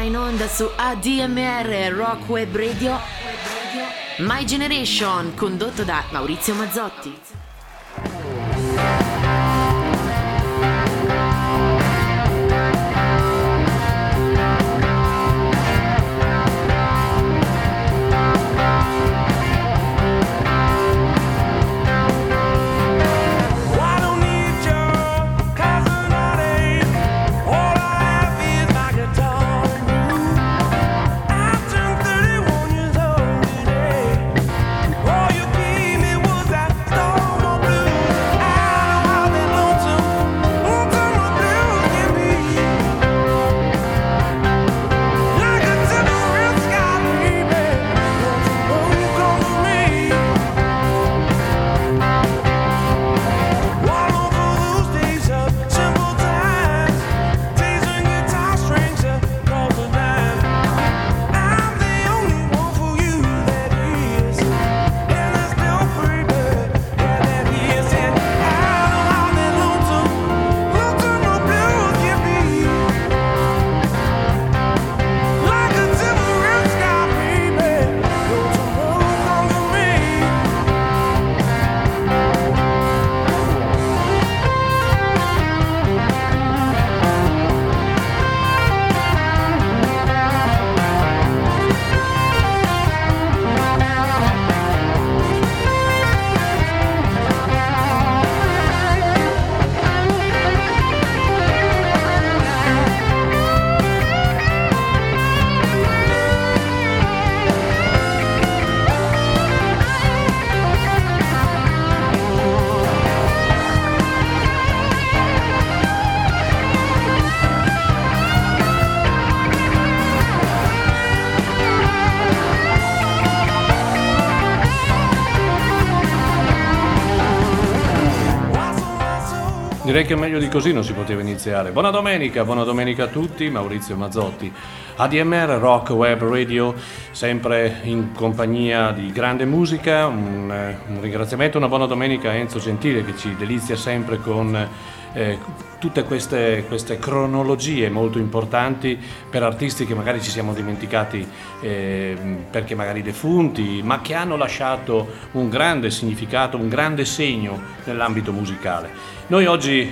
in onda su ADMR Rock Web Radio My Generation, condotto da Maurizio Mazzotti. Direi che meglio di così non si poteva iniziare. Buona domenica a tutti, Maurizio Mazzotti, ADMR Rock Web Radio, sempre in compagnia di grande musica. Un ringraziamento, una buona domenica a Enzo Gentile che ci delizia sempre con tutte queste cronologie molto importanti per artisti che magari ci siamo dimenticati perché magari defunti, ma che hanno lasciato un grande significato, un grande segno nell'ambito musicale. Noi oggi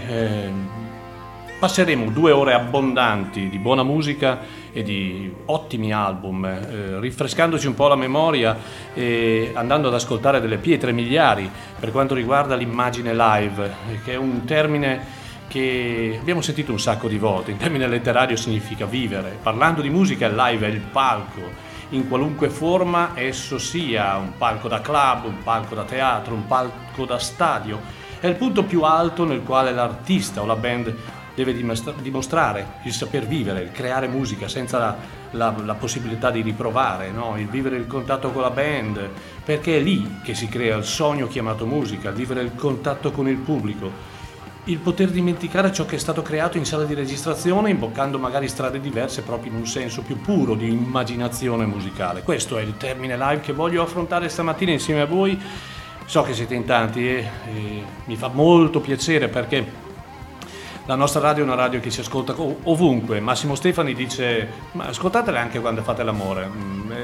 passeremo 2 ore abbondanti di buona musica e di ottimi album, rinfrescandoci un po' la memoria e andando ad ascoltare delle pietre miliari per quanto riguarda l'immagine live, che è un termine che abbiamo sentito un sacco di volte. In termine letterario significa vivere. Parlando di musica, il live è il palco, in qualunque forma esso sia, un palco da club, un palco da teatro, un palco da stadio. È il punto più alto nel quale l'artista o la band deve dimostrare il saper vivere, il creare musica senza la possibilità di riprovare, no? Il vivere il contatto con la band, perché è lì che si crea il sogno chiamato musica, il vivere il contatto con il pubblico, il poter dimenticare ciò che è stato creato in sala di registrazione, imboccando magari strade diverse proprio in un senso più puro di immaginazione musicale. Questo è il termine live che voglio affrontare stamattina insieme a voi. So che siete in tanti e mi fa molto piacere perché la nostra radio è una radio che si ascolta ovunque. Massimo Stefani dice: ma ascoltatela anche quando fate l'amore.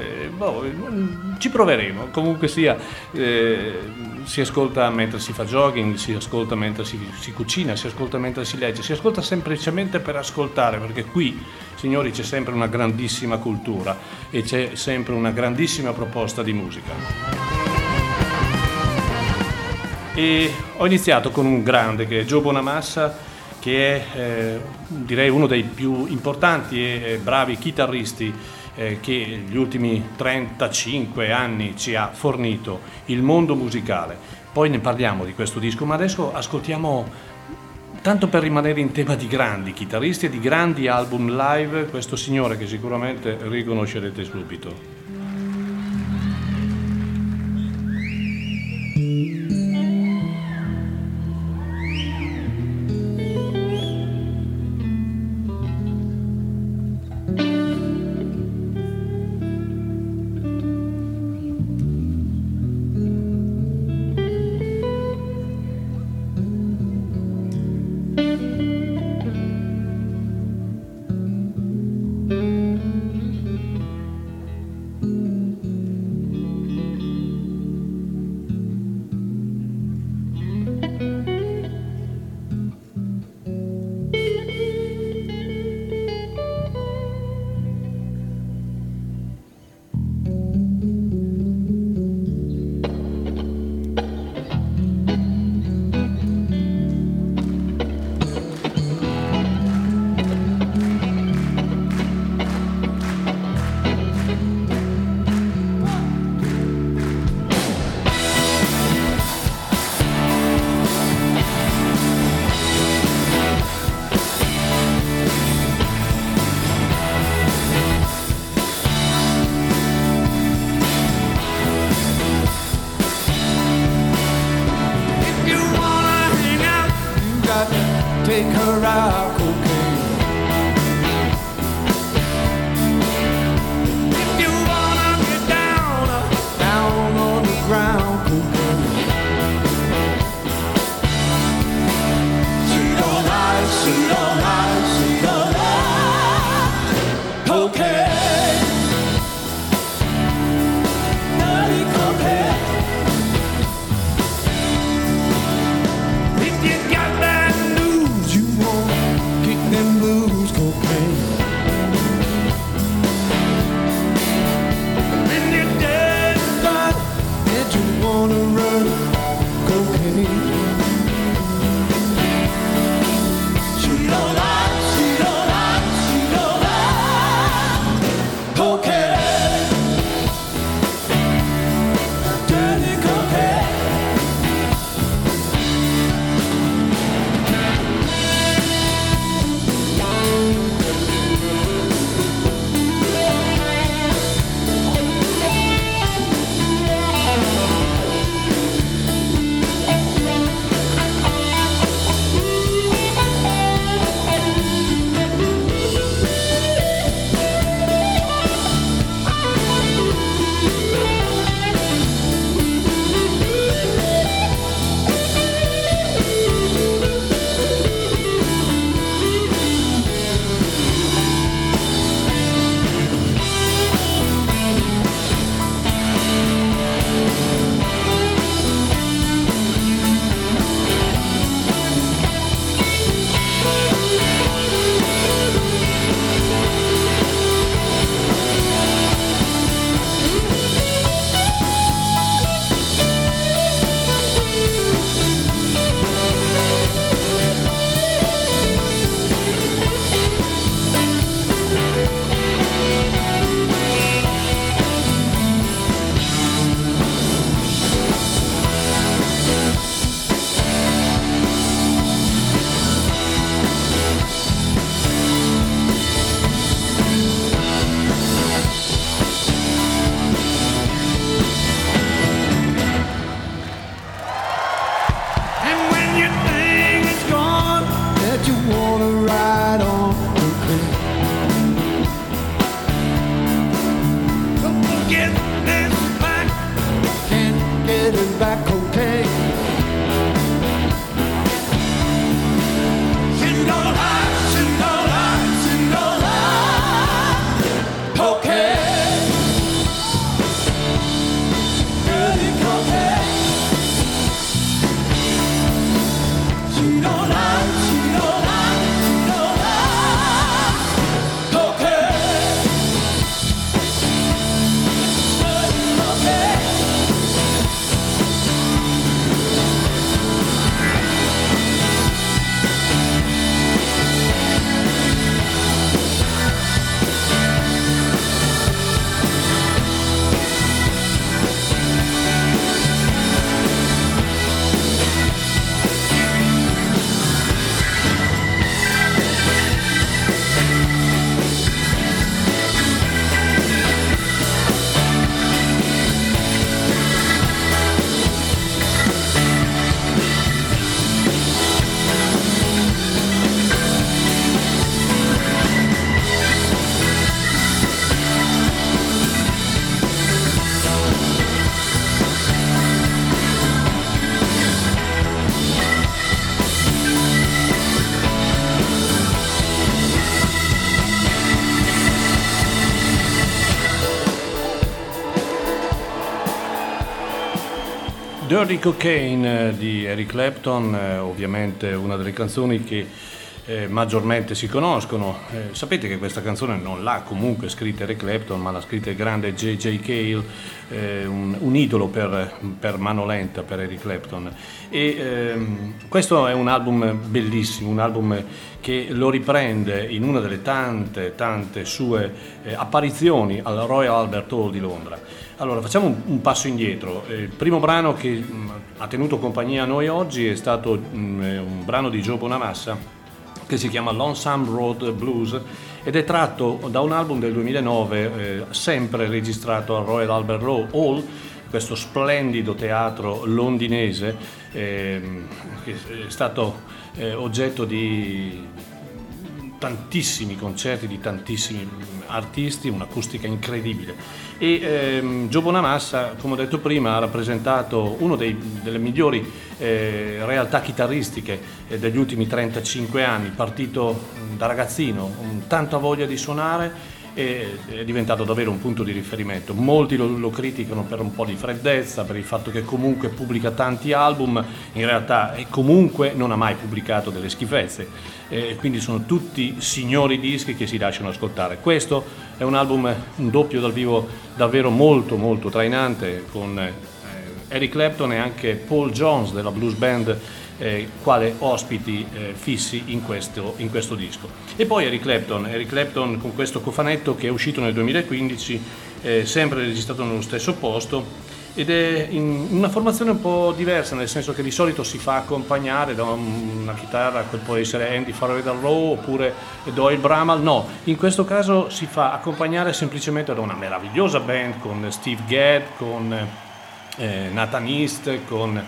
Ci proveremo. Comunque sia, si ascolta mentre si fa jogging, si ascolta mentre si cucina, si ascolta mentre si legge, si ascolta semplicemente per ascoltare, perché qui, signori, c'è sempre una grandissima cultura e c'è sempre una grandissima proposta di musica. E ho iniziato con un grande che è Joe Bonamassa, che è direi uno dei più importanti e bravi chitarristi che gli ultimi 35 anni ci ha fornito il mondo musicale. Poi ne parliamo di questo disco, ma adesso ascoltiamo, tanto per rimanere in tema di grandi chitarristi e di grandi album live, questo signore che sicuramente riconoscerete subito. take her out cocaine. If you wanna get down, down on the ground cocaine. She don't lie, she don't lie, she don't lie. Cocaine. Dirty Cocaine di Eric Clapton, ovviamente una delle canzoni che maggiormente si conoscono. Sapete che questa canzone non l'ha comunque scritta Eric Clapton, ma l'ha scritta il grande J.J. Cale, un idolo per mano lenta per Eric Clapton. Questo è un album bellissimo, un album che lo riprende in una delle tante sue apparizioni al Royal Albert Hall di Londra. Allora, facciamo un passo indietro. Il primo brano che ha tenuto compagnia a noi oggi è stato un brano di Joe Bonamassa che si chiama Lonesome Road Blues ed è tratto da un album del 2009 sempre registrato al Royal Albert Hall questo splendido teatro londinese che è stato oggetto di tantissimi concerti di tantissimi artisti, un'acustica incredibile. E Joe Bonamassa, come ho detto prima, ha rappresentato una delle migliori realtà chitarristiche degli ultimi 35 anni, partito da ragazzino, con tanta voglia di suonare, e è diventato davvero un punto di riferimento. Molti lo criticano per un po' di freddezza, per il fatto che comunque pubblica tanti album, in realtà comunque non ha mai pubblicato delle schifezze, quindi sono tutti signori dischi che si lasciano ascoltare. Questo è un album, un doppio dal vivo davvero molto molto trainante, con Eric Clapton e anche Paul Jones della blues band quale ospiti fissi in questo disco. E poi Eric Clapton con questo cofanetto che è uscito nel 2015, sempre registrato nello stesso posto, ed è in una formazione un po' diversa, nel senso che di solito si fa accompagnare da una chitarra, che può essere Andy Farrell oppure Doyle Bramall. No, in questo caso si fa accompagnare semplicemente da una meravigliosa band con Steve Gadd, con Nathan East, con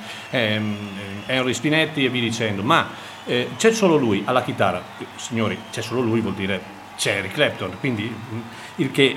Henry Spinetti e via dicendo, ma c'è solo lui alla chitarra. Signori, c'è solo lui vuol dire c'è Eric Clapton, quindi il che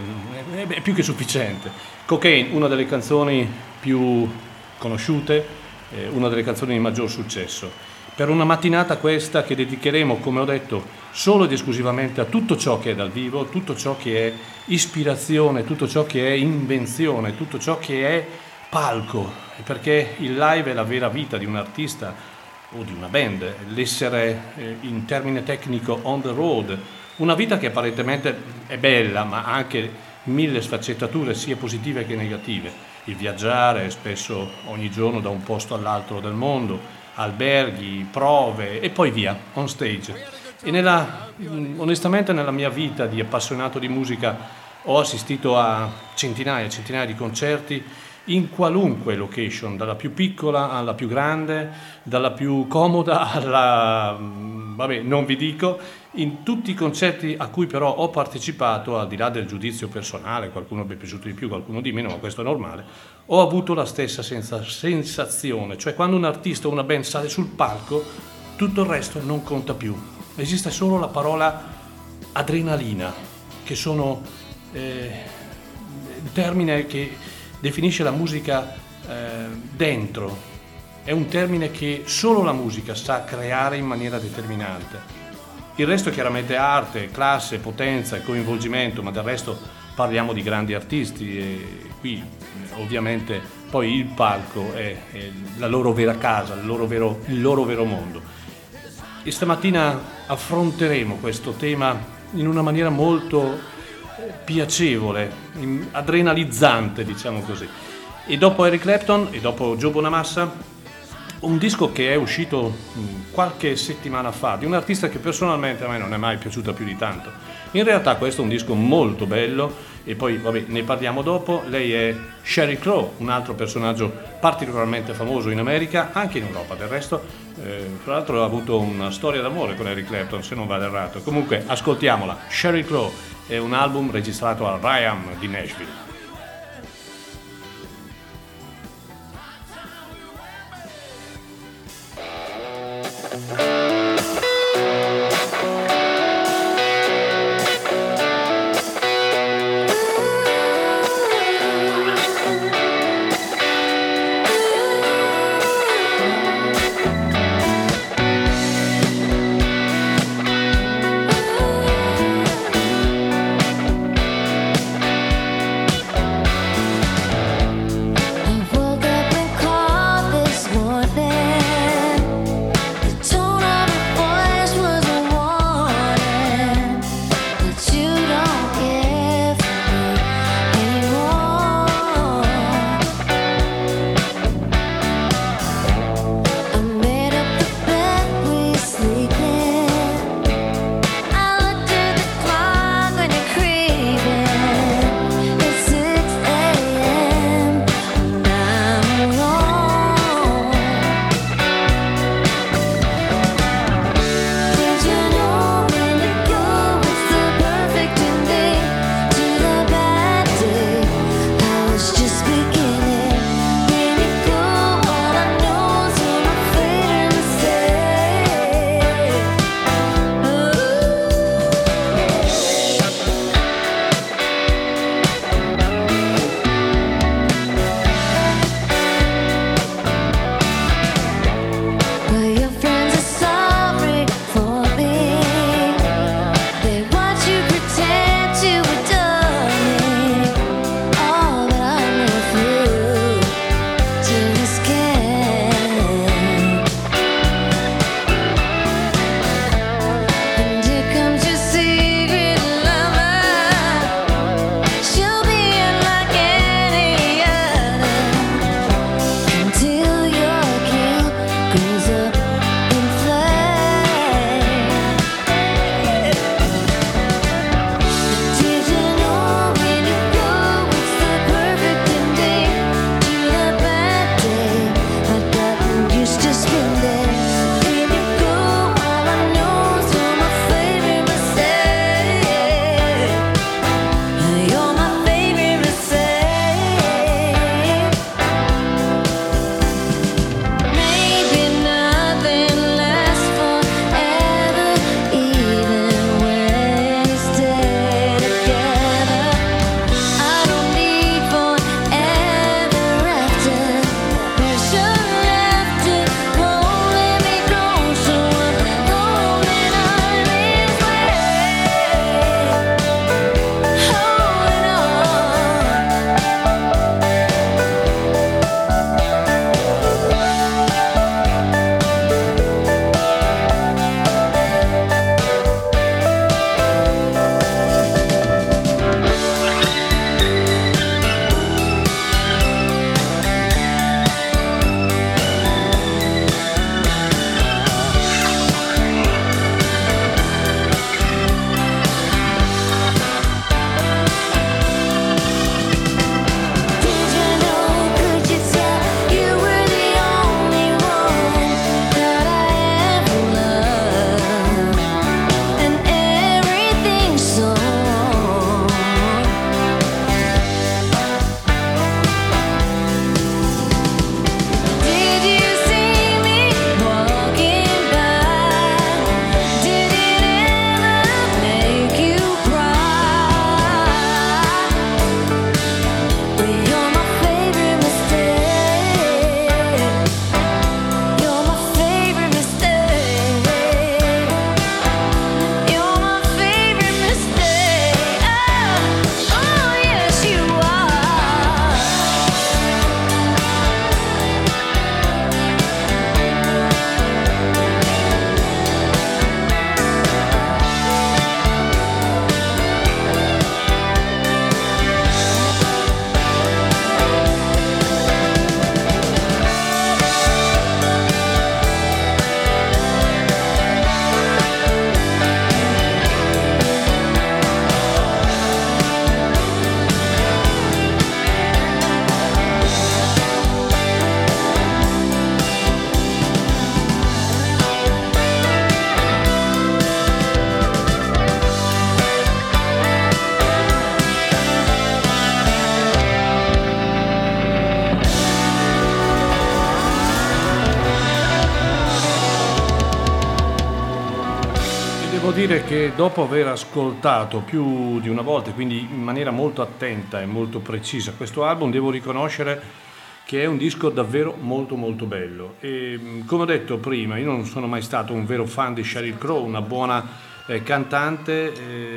è più che sufficiente. Cocaine, una delle canzoni più conosciute, una delle canzoni di maggior successo, per una mattinata questa che dedicheremo, come ho detto, solo ed esclusivamente a tutto ciò che è dal vivo, tutto ciò che è ispirazione, tutto ciò che è invenzione, tutto ciò che è palco, perché il live è la vera vita di un artista o di una band, l'essere in termine tecnico on the road, una vita che apparentemente è bella ma ha anche mille sfaccettature sia positive che negative, il viaggiare spesso ogni giorno da un posto all'altro del mondo, alberghi, prove e poi via, on stage. E onestamente nella mia vita di appassionato di musica ho assistito a centinaia e centinaia di concerti in qualunque location, dalla più piccola alla più grande, dalla più comoda alla, non vi dico, in tutti i concerti a cui però ho partecipato, al di là del giudizio personale, qualcuno mi è piaciuto di più, qualcuno di meno, ma questo è normale, ho avuto la stessa sensazione, cioè quando un artista o una band sale sul palco, tutto il resto non conta più, esiste solo la parola adrenalina, che sono il termine che definisce la musica dentro, è un termine che solo la musica sa creare in maniera determinante. Il resto è chiaramente arte, classe, potenza e coinvolgimento, ma del resto parliamo di grandi artisti e qui ovviamente poi il palco è la loro vera casa, il loro vero mondo. E stamattina affronteremo questo tema in una maniera molto piacevole, adrenalizzante, diciamo così. E dopo Eric Clapton e dopo Joe Bonamassa, un disco che è uscito qualche settimana fa di un artista che personalmente a me non è mai piaciuta più di tanto. In realtà questo è un disco molto bello e poi ne parliamo dopo. Lei è Sheryl Crow, un altro personaggio particolarmente famoso in America, anche in Europa del resto. Tra l'altro ha avuto una storia d'amore con Eric Clapton, se non vado errato. Comunque ascoltiamola. Sheryl Crow è un album registrato al Ryam di Nashville. dire che dopo aver ascoltato più di una volta, quindi in maniera molto attenta e molto precisa, questo album, devo riconoscere che è un disco davvero molto molto bello. E come ho detto prima, io non sono mai stato un vero fan di Sheryl Crow, una buona cantante,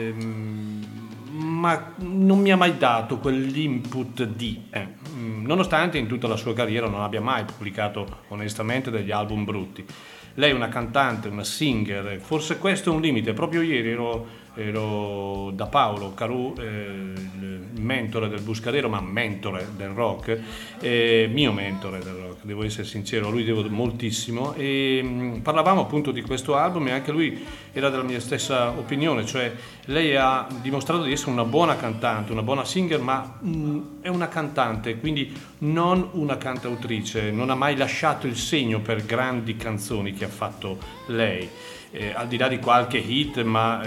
ma non mi ha mai dato quell'input nonostante in tutta la sua carriera non abbia mai pubblicato onestamente degli album brutti. Lei è una cantante, una singer, forse questo è un limite. Proprio ieri ero da Paolo Carù, il mentore del Buscadero, ma mentore del rock, mio mentore del rock, devo essere sincero, a lui devo moltissimo, e parlavamo appunto di questo album e anche lui era della mia stessa opinione, cioè lei ha dimostrato di essere una buona cantante, una buona singer, ma è una cantante, quindi non una cantautrice, non ha mai lasciato il segno per grandi canzoni che ha fatto lei. Al di là di qualche hit, ma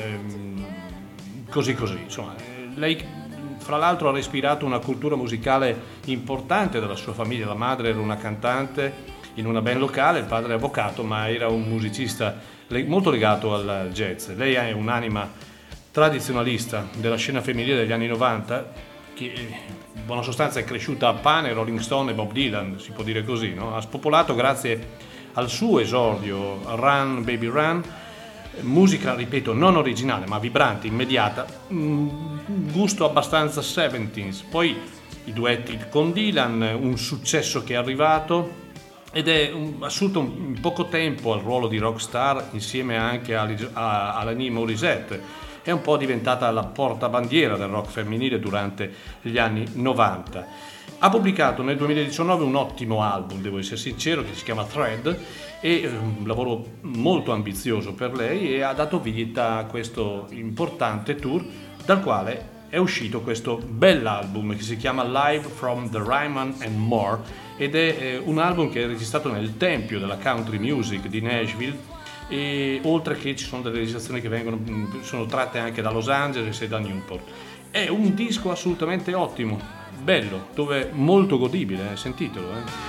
così, insomma, lei fra l'altro ha respirato una cultura musicale importante dalla sua famiglia. La madre era una cantante in una band locale, il padre è avvocato, ma era un musicista molto legato al jazz. Lei è un'anima tradizionalista della scena femminile degli anni 90, che in buona sostanza è cresciuta a pane Rolling Stone e Bob Dylan, si può dire così, no? Ha spopolato grazie al suo esordio Run Baby Run, musica, ripeto, non originale ma vibrante, immediata, gusto abbastanza 70s, poi i duetti con Dylan, un successo che è arrivato ed è assunto in poco tempo al ruolo di rockstar insieme anche a Alanis Morissette. È un po' diventata la portabandiera del rock femminile durante gli anni 90. Ha pubblicato nel 2019 un ottimo album, devo essere sincero, che si chiama Thread, e un lavoro molto ambizioso per lei, e ha dato vita a questo importante tour dal quale è uscito questo bell'album che si chiama Live from the Ryman and More, ed è un album che è registrato nel tempio della country music di Nashville, e oltre che ci sono delle registrazioni che sono tratte anche da Los Angeles e da Newport. È un disco assolutamente ottimo, bello, dove molto godibile, sentitelo.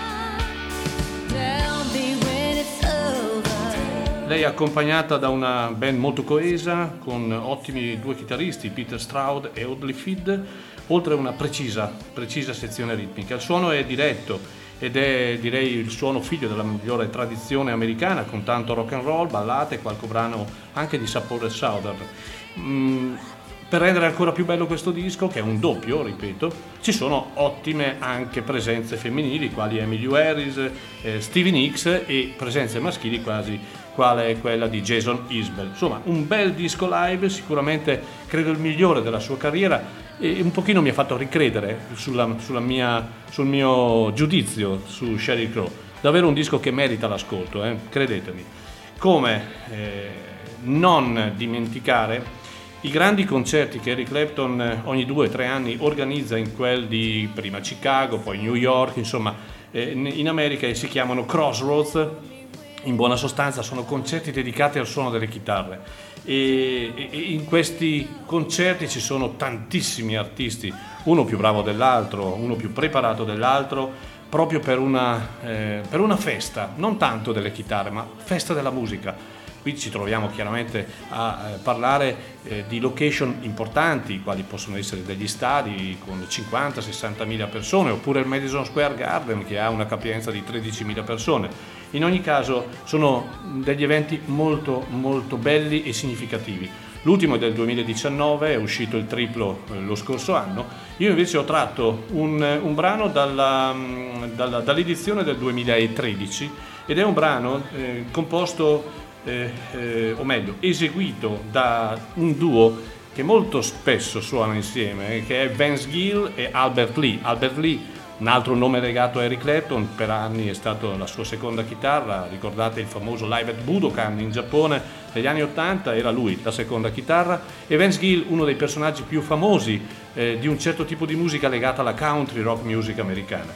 Lei è accompagnata da una band molto coesa, con ottimi due chitarristi, Peter Stroud e Audley Fidd, oltre a una precisa sezione ritmica. Il suono è diretto ed è, direi, il suono figlio della migliore tradizione americana, con tanto rock and roll, ballate e qualche brano anche di sapore southern. Per rendere ancora più bello questo disco, che è un doppio, ripeto, ci sono ottime anche presenze femminili, quali Emily Harris, Stevie Nicks, e presenze maschili quale è quella di Jason Isbell. Insomma, un bel disco live, sicuramente credo il migliore della sua carriera, e un pochino mi ha fatto ricredere sul mio giudizio su Sheryl Crow. Davvero un disco che merita l'ascolto, credetemi. Come non dimenticare i grandi concerti che Eric Clapton ogni 2 o 3 anni organizza in quel di prima Chicago, poi New York, insomma in America, e si chiamano Crossroads. In buona sostanza sono concerti dedicati al suono delle chitarre, e in questi concerti ci sono tantissimi artisti, uno più bravo dell'altro, uno più preparato dell'altro, proprio per una festa, non tanto delle chitarre, ma festa della musica. Qui ci troviamo chiaramente a parlare di location importanti, quali possono essere degli stadi con 50-60 mila persone, oppure il Madison Square Garden, che ha una capienza di 13 mila persone. In ogni caso sono degli eventi molto molto belli e significativi. L'ultimo è del 2019, è uscito il triplo lo scorso anno. Io invece ho tratto un brano dall'edizione del 2013, ed è un brano composto o meglio eseguito da un duo che molto spesso suona insieme, che è Vince Gill e Albert Lee. Albert Lee, un altro nome legato a Eric Clapton, per anni è stato la sua seconda chitarra. Ricordate il famoso Live at Budokan in Giappone negli anni 80, era lui la seconda chitarra. E Vince Gill, uno dei personaggi più famosi di un certo tipo di musica legata alla country rock music americana.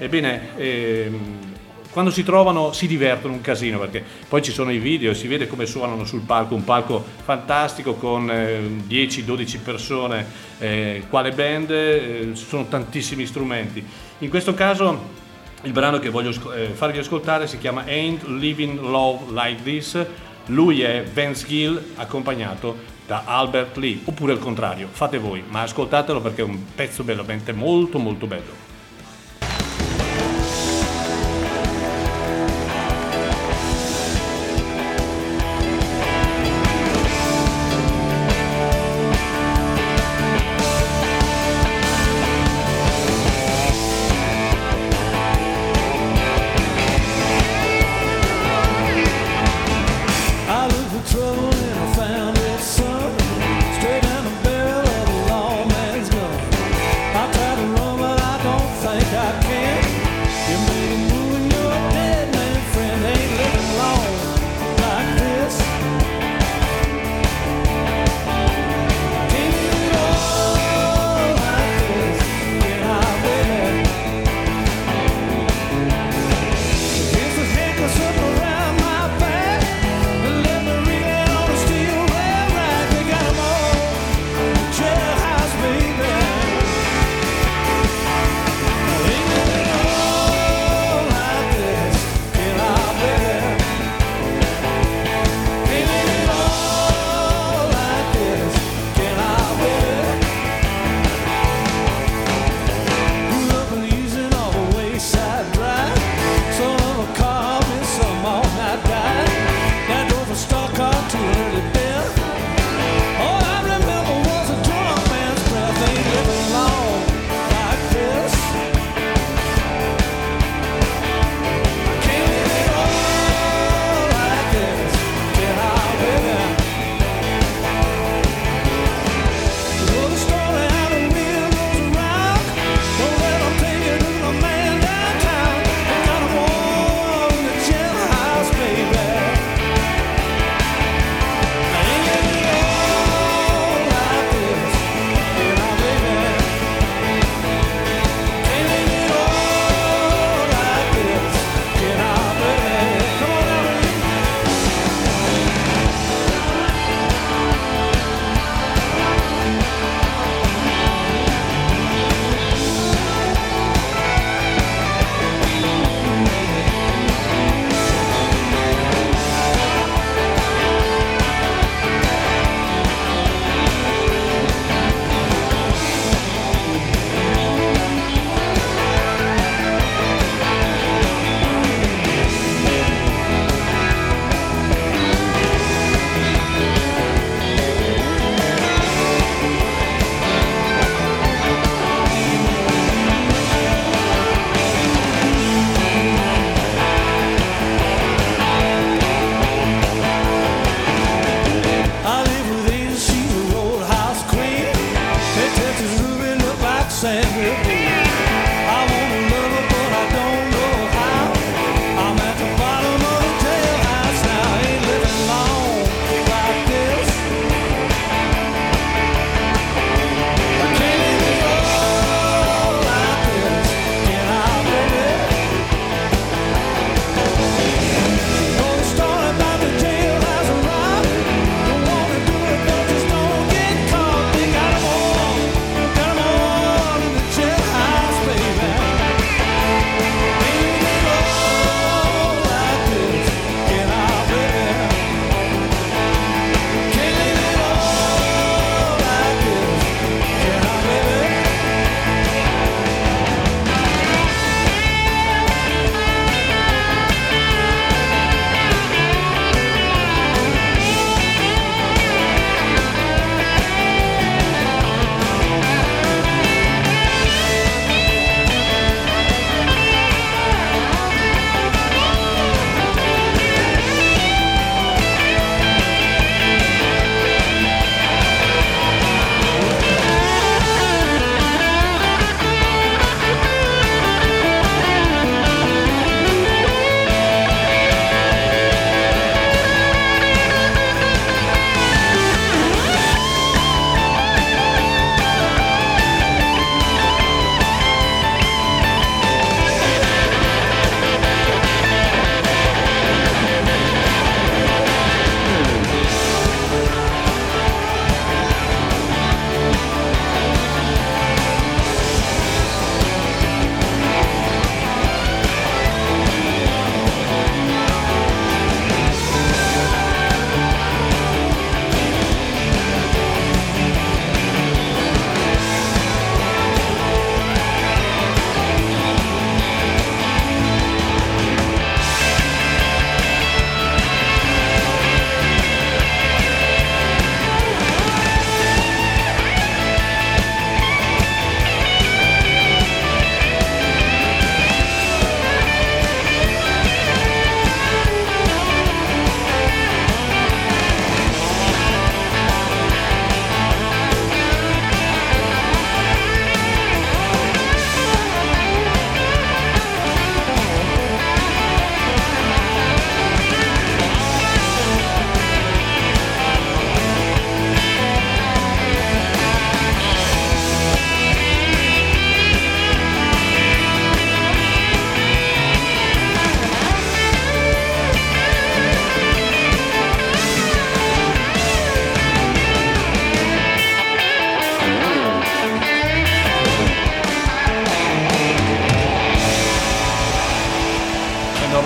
Ebbene, quando si trovano si divertono un casino, perché poi ci sono i video e si vede come suonano sul palco, un palco fantastico con 10-12 persone, quale band, ci sono tantissimi strumenti. In questo caso il brano che voglio farvi ascoltare si chiama Ain't Living Love Like This, Lui è Vince Gill accompagnato da Albert Lee, oppure il contrario, fate voi, ma ascoltatelo perché è un pezzo veramente molto molto bello. Straight down the barrel of a lawman's gun. I tried to run, but I don't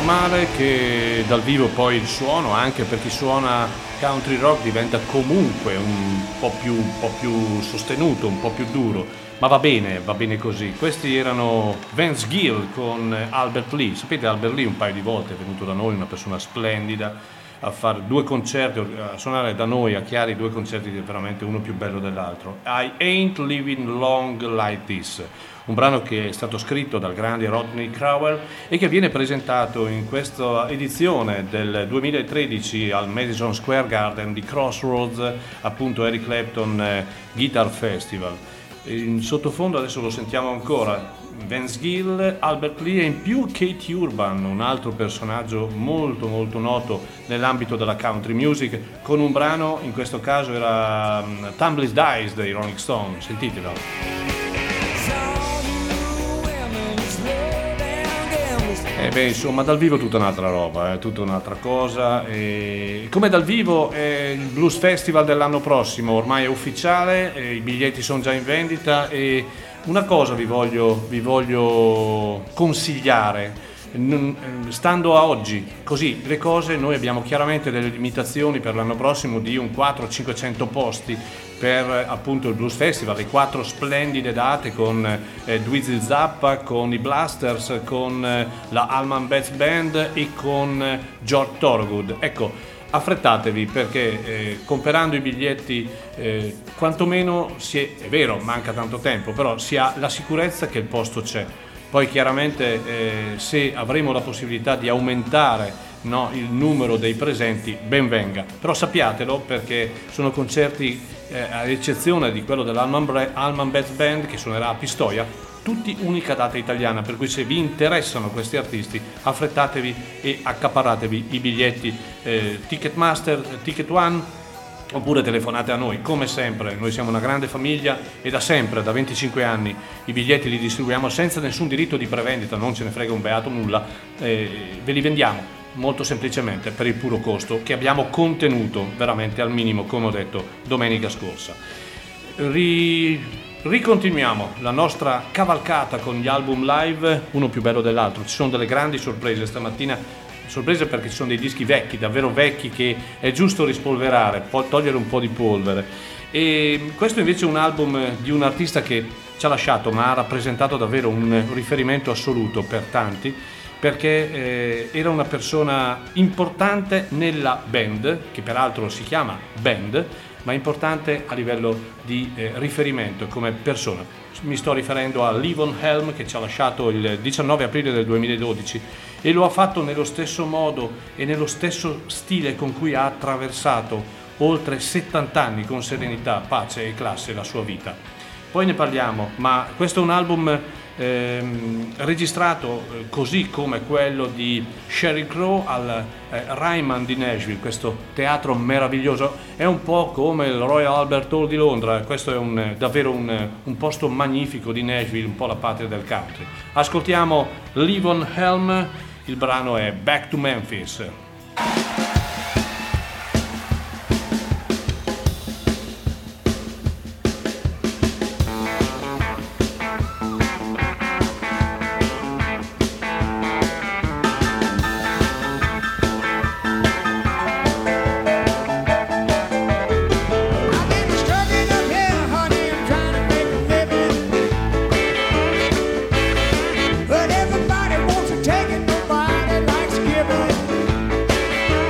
normale che dal vivo poi il suono, anche per chi suona country rock, diventa comunque un po' più sostenuto, un po' più duro, ma va bene così. Questi erano Vince Gill con Albert Lee. Sapete, Albert Lee un paio di volte è venuto da noi, una persona splendida, a fare 2 concerti, a suonare da noi a Chiari 2 concerti, veramente uno più bello dell'altro. I Ain't Living Long Like This, un brano che è stato scritto dal grande Rodney Crowell e che viene presentato in questa edizione del 2013 al Madison Square Garden di Crossroads, appunto Eric Clapton Guitar Festival. In sottofondo adesso lo sentiamo ancora, Vince Gill, Albert Lee e in più Keith Urban, un altro personaggio molto noto nell'ambito della country music, con un brano, in questo caso era Tumblers Dice dei Rolling Stone. Sentitelo. Insomma, dal vivo tutta un'altra roba, tutta un'altra cosa. Come dal vivo il Blues Festival dell'anno prossimo ormai è ufficiale, i biglietti sono già in vendita e una cosa vi voglio consigliare. Stando a oggi così le cose, noi abbiamo chiaramente delle limitazioni per l'anno prossimo di un 400-500 posti per appunto il Blues Festival, le 4 splendide date con Dweezil Zappa, con i Blasters, con la Allman Best Band e con George Thorogood. Ecco, affrettatevi perché comprando i biglietti quantomeno è vero, manca tanto tempo, però si ha la sicurezza che il posto c'è. Poi chiaramente se avremo la possibilità di aumentare il numero dei presenti, ben venga, però sappiatelo perché sono concerti ad eccezione di quello dell'Allman Best Band che suonerà a Pistoia, tutti unica data italiana, per cui se vi interessano questi artisti affrettatevi e accaparatevi i biglietti Ticketmaster, Ticket One, oppure telefonate a noi. Come sempre, noi siamo una grande famiglia e da sempre, da 25 anni, i biglietti li distribuiamo senza nessun diritto di prevendita, non ce ne frega un beato nulla, ve li vendiamo molto semplicemente per il puro costo che abbiamo contenuto veramente al minimo, come ho detto domenica scorsa. Ricontinuiamo la nostra cavalcata con gli album live, uno più bello dell'altro. Ci sono delle grandi sorprese stamattina, sorprese perché ci sono dei dischi vecchi, davvero vecchi, che è giusto rispolverare, togliere un po' di polvere. E questo invece è un album di un artista che ci ha lasciato, ma ha rappresentato davvero un riferimento assoluto per tanti, perché era una persona importante nella band, che peraltro si chiama band, ma importante a livello di riferimento come persona. Mi sto riferendo a Levon Helm, che ci ha lasciato il 19 aprile del 2012 e lo ha fatto nello stesso modo e nello stesso stile con cui ha attraversato oltre 70 anni con serenità, pace e classe la sua vita. Poi ne parliamo, ma questo è un album registrato così come quello di Sheryl Crow al Ryman di Nashville, questo teatro meraviglioso. È un po' come il Royal Albert Hall di Londra, questo è davvero un posto magnifico di Nashville, un po' la patria del country. Ascoltiamo Levon Helm, il brano è Back to Memphis. But everybody wants to take it, nobody likes giving.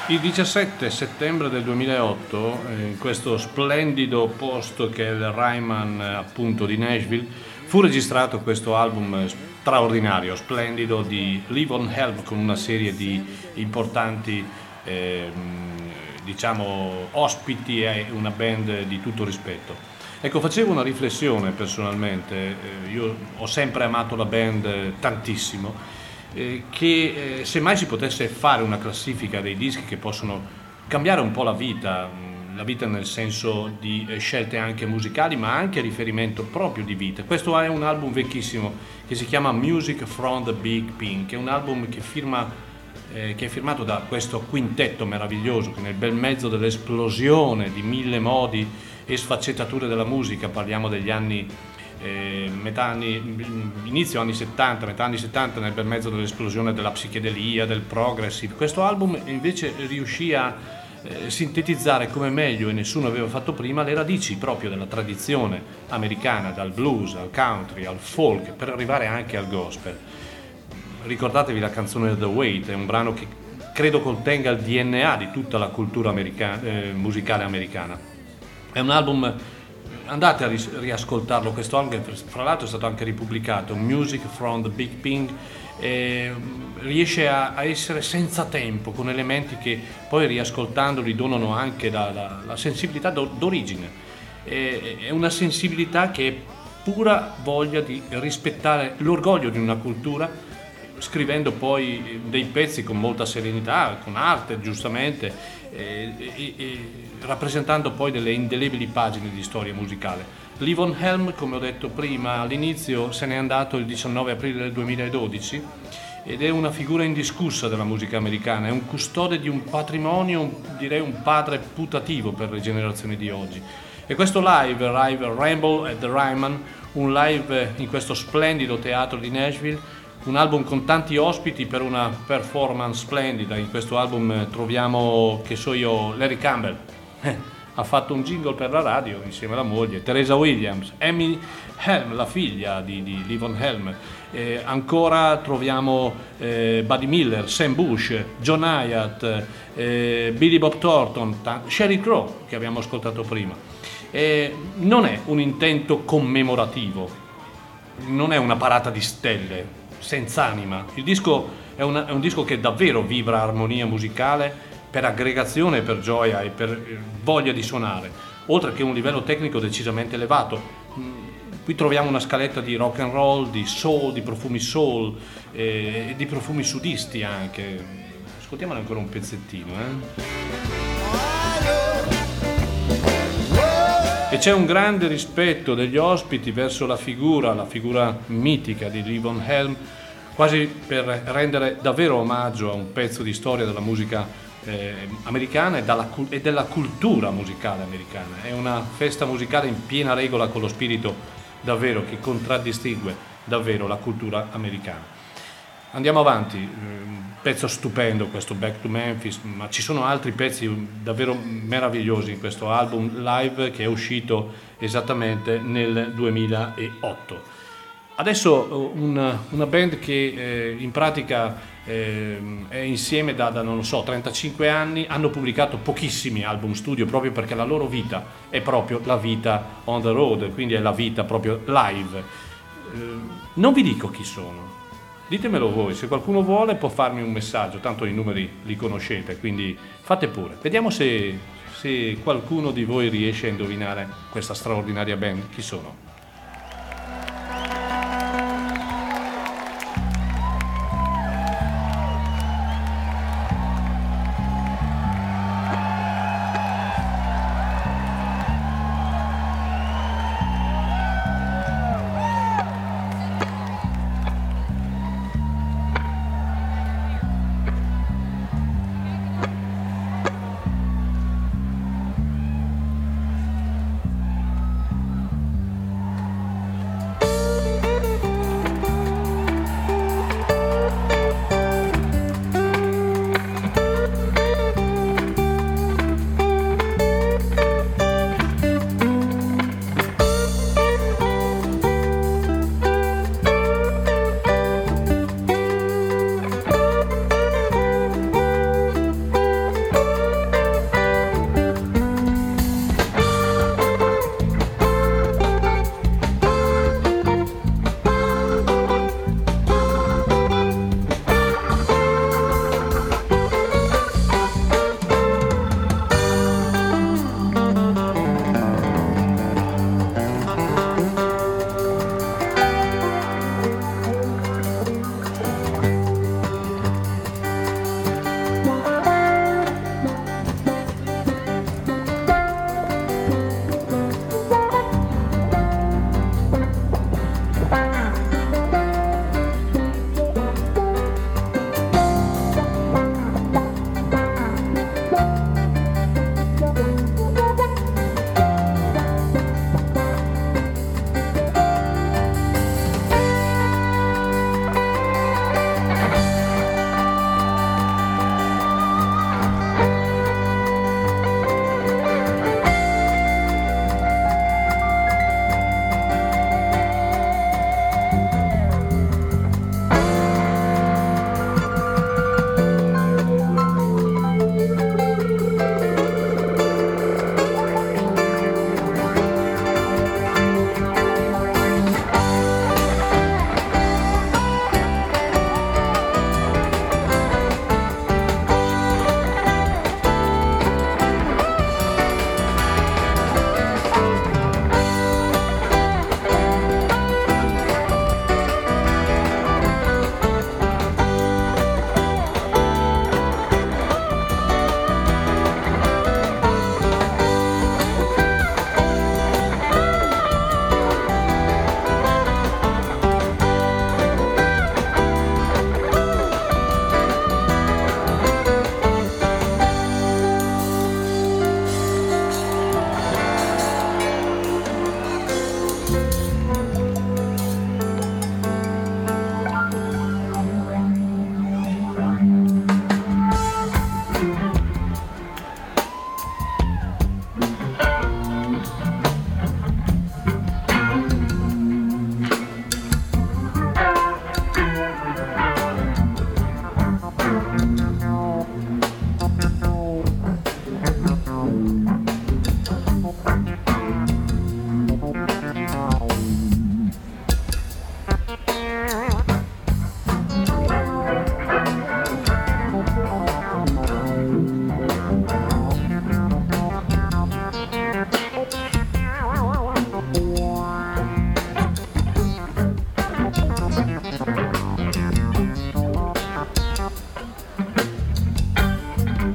Il 17 settembre del 2008, in questo splendido posto che è il Ryman appunto di Nashville, fu registrato questo album straordinario, splendido di Levon Helm, con una serie di importanti diciamo ospiti e una band di tutto rispetto. Ecco, facevo una riflessione personalmente, io ho sempre amato la band tantissimo, che se mai si potesse fare una classifica dei dischi che possono cambiare un po' la vita nel senso di scelte anche musicali, ma anche riferimento proprio di vita. Questo è un album vecchissimo che si chiama Music from the Big Pink, è un album che è firmato da questo quintetto meraviglioso che nel bel mezzo dell'esplosione di mille modi e sfaccettature della musica, parliamo degli anni inizio anni 70, metà anni 70, nel bel mezzo dell'esplosione della psichedelia, del progressive. Questo album invece riuscì a sintetizzare come meglio e nessuno aveva fatto prima le radici proprio della tradizione americana, dal blues al country al folk, per arrivare anche al gospel. Ricordatevi la canzone The Wait, è un brano che credo contenga il DNA di tutta la cultura musicale americana. È un album, andate a riascoltarlo, questo album che fra l'altro è stato anche ripubblicato, Music from the Big Pink, riesce a essere senza tempo, con elementi che poi riascoltandoli donano anche la sensibilità d'origine. È una sensibilità che è pura voglia di rispettare l'orgoglio di una cultura, scrivendo poi dei pezzi con molta serenità, con arte giustamente, rappresentando poi delle indelebili pagine di storia musicale. Levon Helm, come ho detto prima all'inizio, se n'è andato il 19 aprile del 2012 ed è una figura indiscussa della musica americana, è un custode di un patrimonio, direi un padre putativo per le generazioni di oggi. E questo live Ramble at the Ryman, un live in questo splendido teatro di Nashville, un album con tanti ospiti per una performance splendida. In questo album troviamo, che so io, Larry Campbell, ha fatto un jingle per la radio insieme alla moglie, Teresa Williams, Amy Helm, la figlia di Levon Helm, ancora troviamo Buddy Miller, Sam Bush, John Hyatt, Billy Bob Thornton, Sheryl Crow che abbiamo ascoltato prima. Non è un intento commemorativo, non è una parata di stelle senza anima. Il disco è un disco che davvero vibra armonia musicale per aggregazione, per gioia e per voglia di suonare, oltre che un livello tecnico decisamente elevato. Qui troviamo una scaletta di rock and roll, di soul, di profumi soul e di profumi sudisti anche. Ascoltiamone ancora un pezzettino, E c'è un grande rispetto degli ospiti verso la figura mitica di Levon Helm, quasi per rendere davvero omaggio a un pezzo di storia della musica americana e della cultura musicale americana. È una festa musicale in piena regola con lo spirito davvero che contraddistingue davvero la cultura americana. Andiamo avanti, un pezzo stupendo questo Back to Memphis, ma ci sono altri pezzi davvero meravigliosi in questo album live che è uscito esattamente nel 2008. Adesso una band che in pratica è insieme da non lo so 35 anni, hanno pubblicato pochissimi album studio proprio perché la loro vita è proprio la vita on the road, quindi è la vita proprio live. Non vi dico chi sono, ditemelo voi, se qualcuno vuole può farmi un messaggio, tanto i numeri li conoscete, quindi fate pure. Vediamo se qualcuno di voi riesce a indovinare questa straordinaria band, chi sono.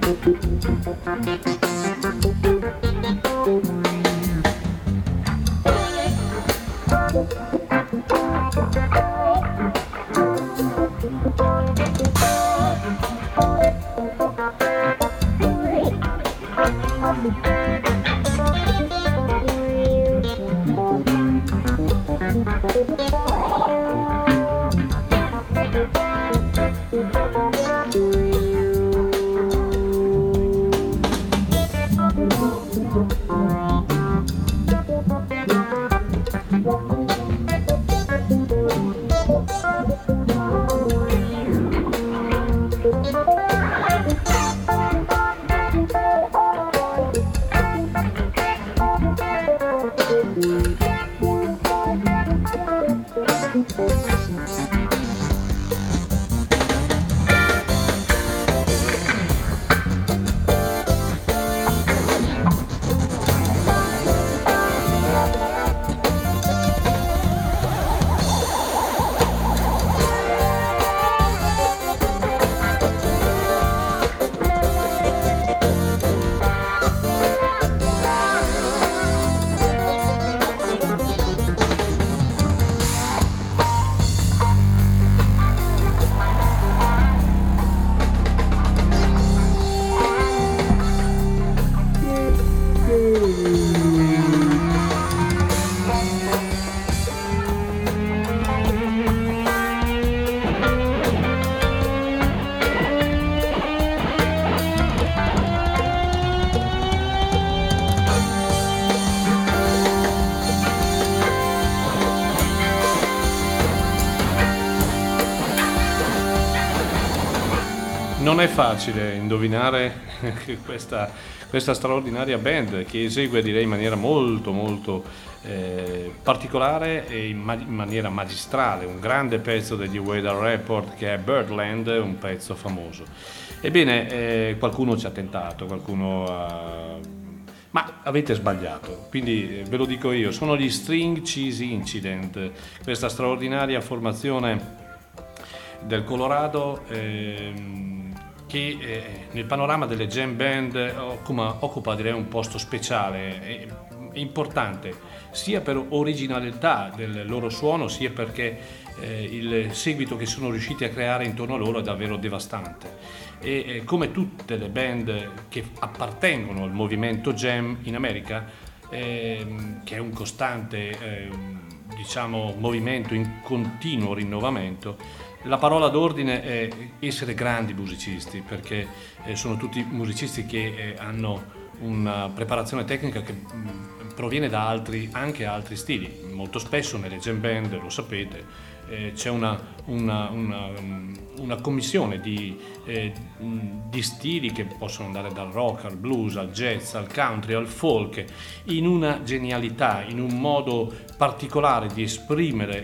Non è facile indovinare questa straordinaria band che esegue, direi, in maniera molto particolare e in maniera magistrale un grande pezzo degli Weather Report, che è Birdland, un pezzo famoso. Ebbene, qualcuno ci ha tentato, ma avete sbagliato, quindi ve lo dico io, sono gli String Cheese Incident, questa straordinaria formazione del Colorado che nel panorama delle jam band occupa direi un posto speciale, importante, sia per originalità del loro suono, sia perché il seguito che sono riusciti a creare intorno a loro è davvero devastante. E come tutte le band che appartengono al movimento jam in America, che è un costante movimento in continuo rinnovamento, la parola d'ordine è essere grandi musicisti, perché sono tutti musicisti che hanno una preparazione tecnica che proviene da anche altri stili. Molto spesso nelle jam band, lo sapete, c'è una commissione di stili che possono andare dal rock al blues, al jazz, al country, al folk, in una genialità, in un modo particolare di esprimere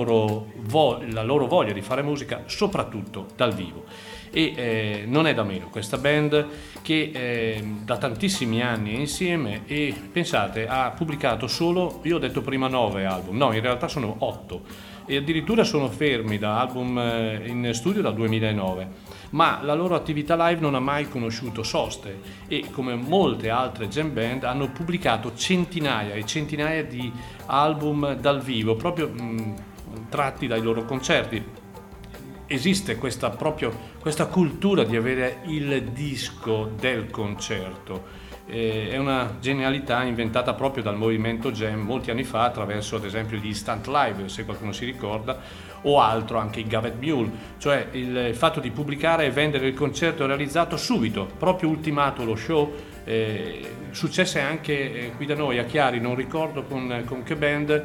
la loro voglia di fare musica, soprattutto dal vivo. E non è da meno questa band che da tantissimi anni è insieme e, pensate, ha pubblicato solo, io ho detto prima 9 album, no, in realtà sono 8 e addirittura sono fermi da album in studio dal 2009, ma la loro attività live non ha mai conosciuto soste e, come molte altre jam band, hanno pubblicato centinaia e centinaia di album dal vivo, proprio tratti dai loro concerti. Esiste questa cultura di avere il disco del concerto. È una genialità inventata proprio dal movimento jam molti anni fa, attraverso ad esempio gli instant live, se qualcuno si ricorda, o altro, anche i Gavet Mule, cioè il fatto di pubblicare e vendere il concerto realizzato subito, proprio ultimato lo show. Successe anche qui da noi a Chiari, non ricordo con che band,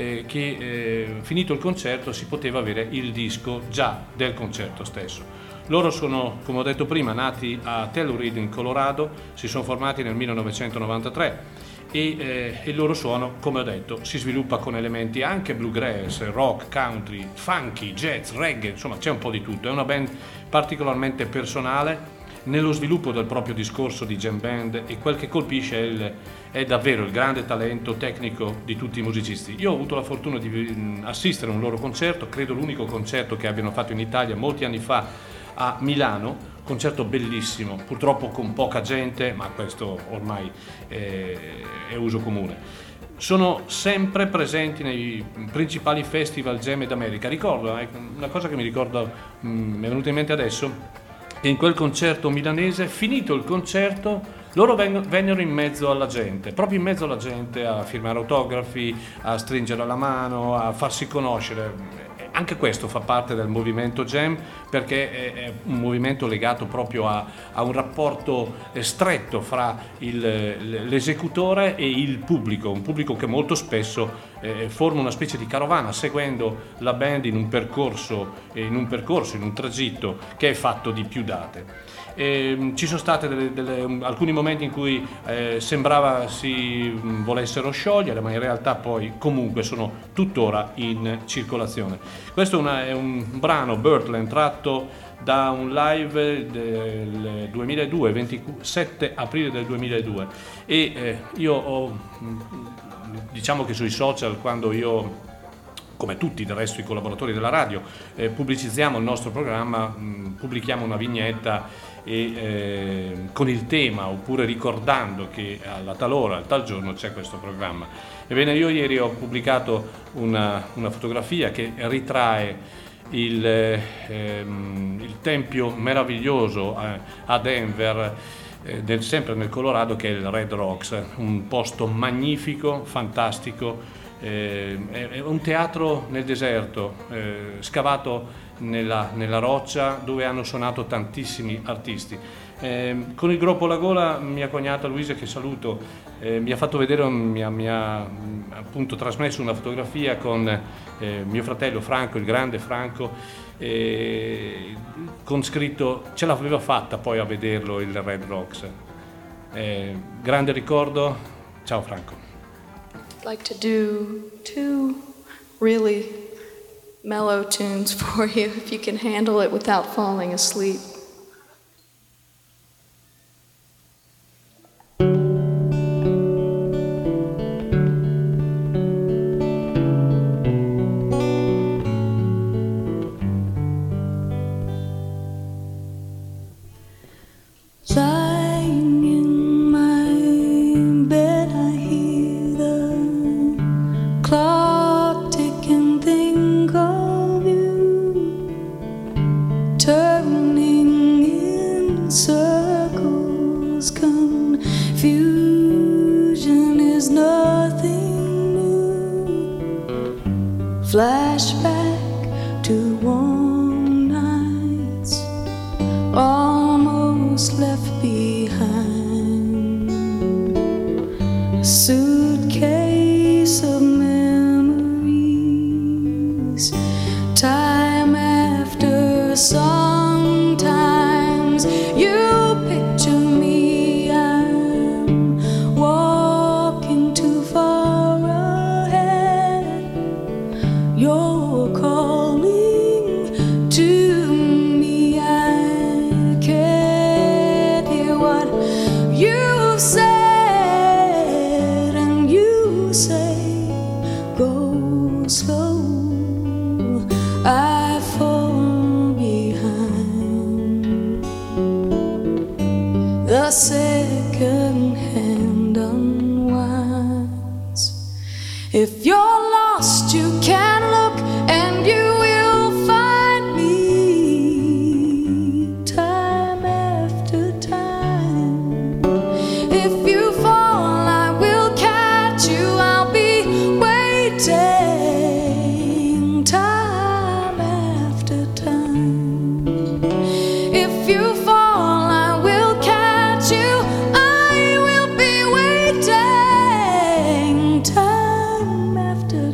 che finito il concerto si poteva avere il disco già del concerto stesso. Loro sono, come ho detto prima, nati a Telluride in Colorado, si sono formati nel 1993 e il loro suono, come ho detto, si sviluppa con elementi anche bluegrass, rock, country, funky, jazz, reggae, insomma c'è un po' di tutto. È una band particolarmente personale nello sviluppo del proprio discorso di jam band, e quel che colpisce è davvero il grande talento tecnico di tutti i musicisti. Io ho avuto la fortuna di assistere a un loro concerto, credo l'unico concerto che abbiano fatto in Italia molti anni fa a Milano, concerto bellissimo, purtroppo con poca gente, ma questo ormai è uso comune. Sono sempre presenti nei principali festival jam d'America. Ricordo, una cosa che mi è venuta in mente adesso, che in quel concerto milanese, finito il concerto, loro vennero in mezzo alla gente, proprio in mezzo alla gente, a firmare autografi, a stringere la mano, a farsi conoscere. Anche questo fa parte del movimento jam, perché è un movimento legato proprio a un rapporto stretto fra l'esecutore e il pubblico, un pubblico che molto spesso forma una specie di carovana seguendo la band in un percorso, in un tragitto che è fatto di più date. Ci sono stati alcuni momenti in cui sembrava si volessero sciogliere, ma in realtà poi comunque sono tuttora in circolazione. Questo è un brano, Birdland, tratto da un live del 2002, 27 aprile del 2002, e diciamo che sui social, quando io, come tutti del resto i collaboratori della radio, pubblicizziamo il nostro programma, pubblichiamo una vignetta con il tema, oppure ricordando che alla tal ora, al tal giorno c'è questo programma. Ebbene, io ieri ho pubblicato una fotografia che ritrae il tempio meraviglioso a Denver, sempre nel Colorado, che è il Red Rocks, un posto magnifico, fantastico. È un teatro nel deserto, scavato nella roccia, dove hanno suonato tantissimi artisti. Con il gruppo La Gola, mia cognata Luisa, che saluto, mi ha fatto vedere, mi ha appunto trasmesso una fotografia con mio fratello Franco, il grande Franco, con scritto: ce l'aveva fatta poi a vederlo il Red Rocks. Grande ricordo. Ciao Franco. I'd like to do 2 really mellow tunes for you, if you can handle it without falling asleep. Flashback to warm nights almost left behind, a suitcase of memories, time after sometimes you picture me, I'm walking too far ahead. You're calling to me, I can't hear what you've said, and you say, go slow, I fall behind. The second hand unwinds. If you're lost, you can look and you will find me time after time. If you fall, I will catch you, I'll be waiting time after time. If you fall, I will catch you, I will be waiting time after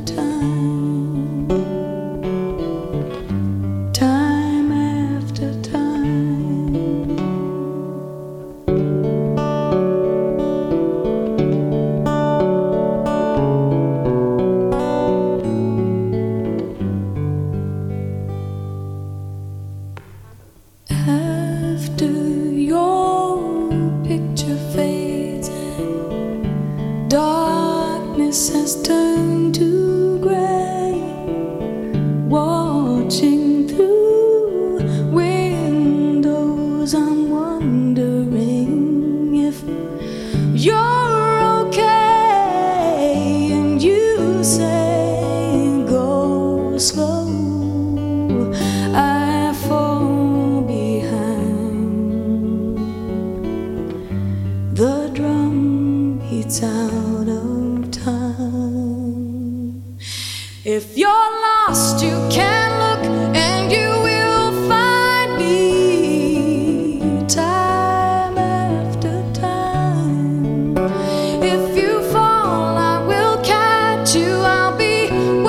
fades out of time. If you're lost, you can look and you will find me time after time. If you fall, I will catch you. I'll be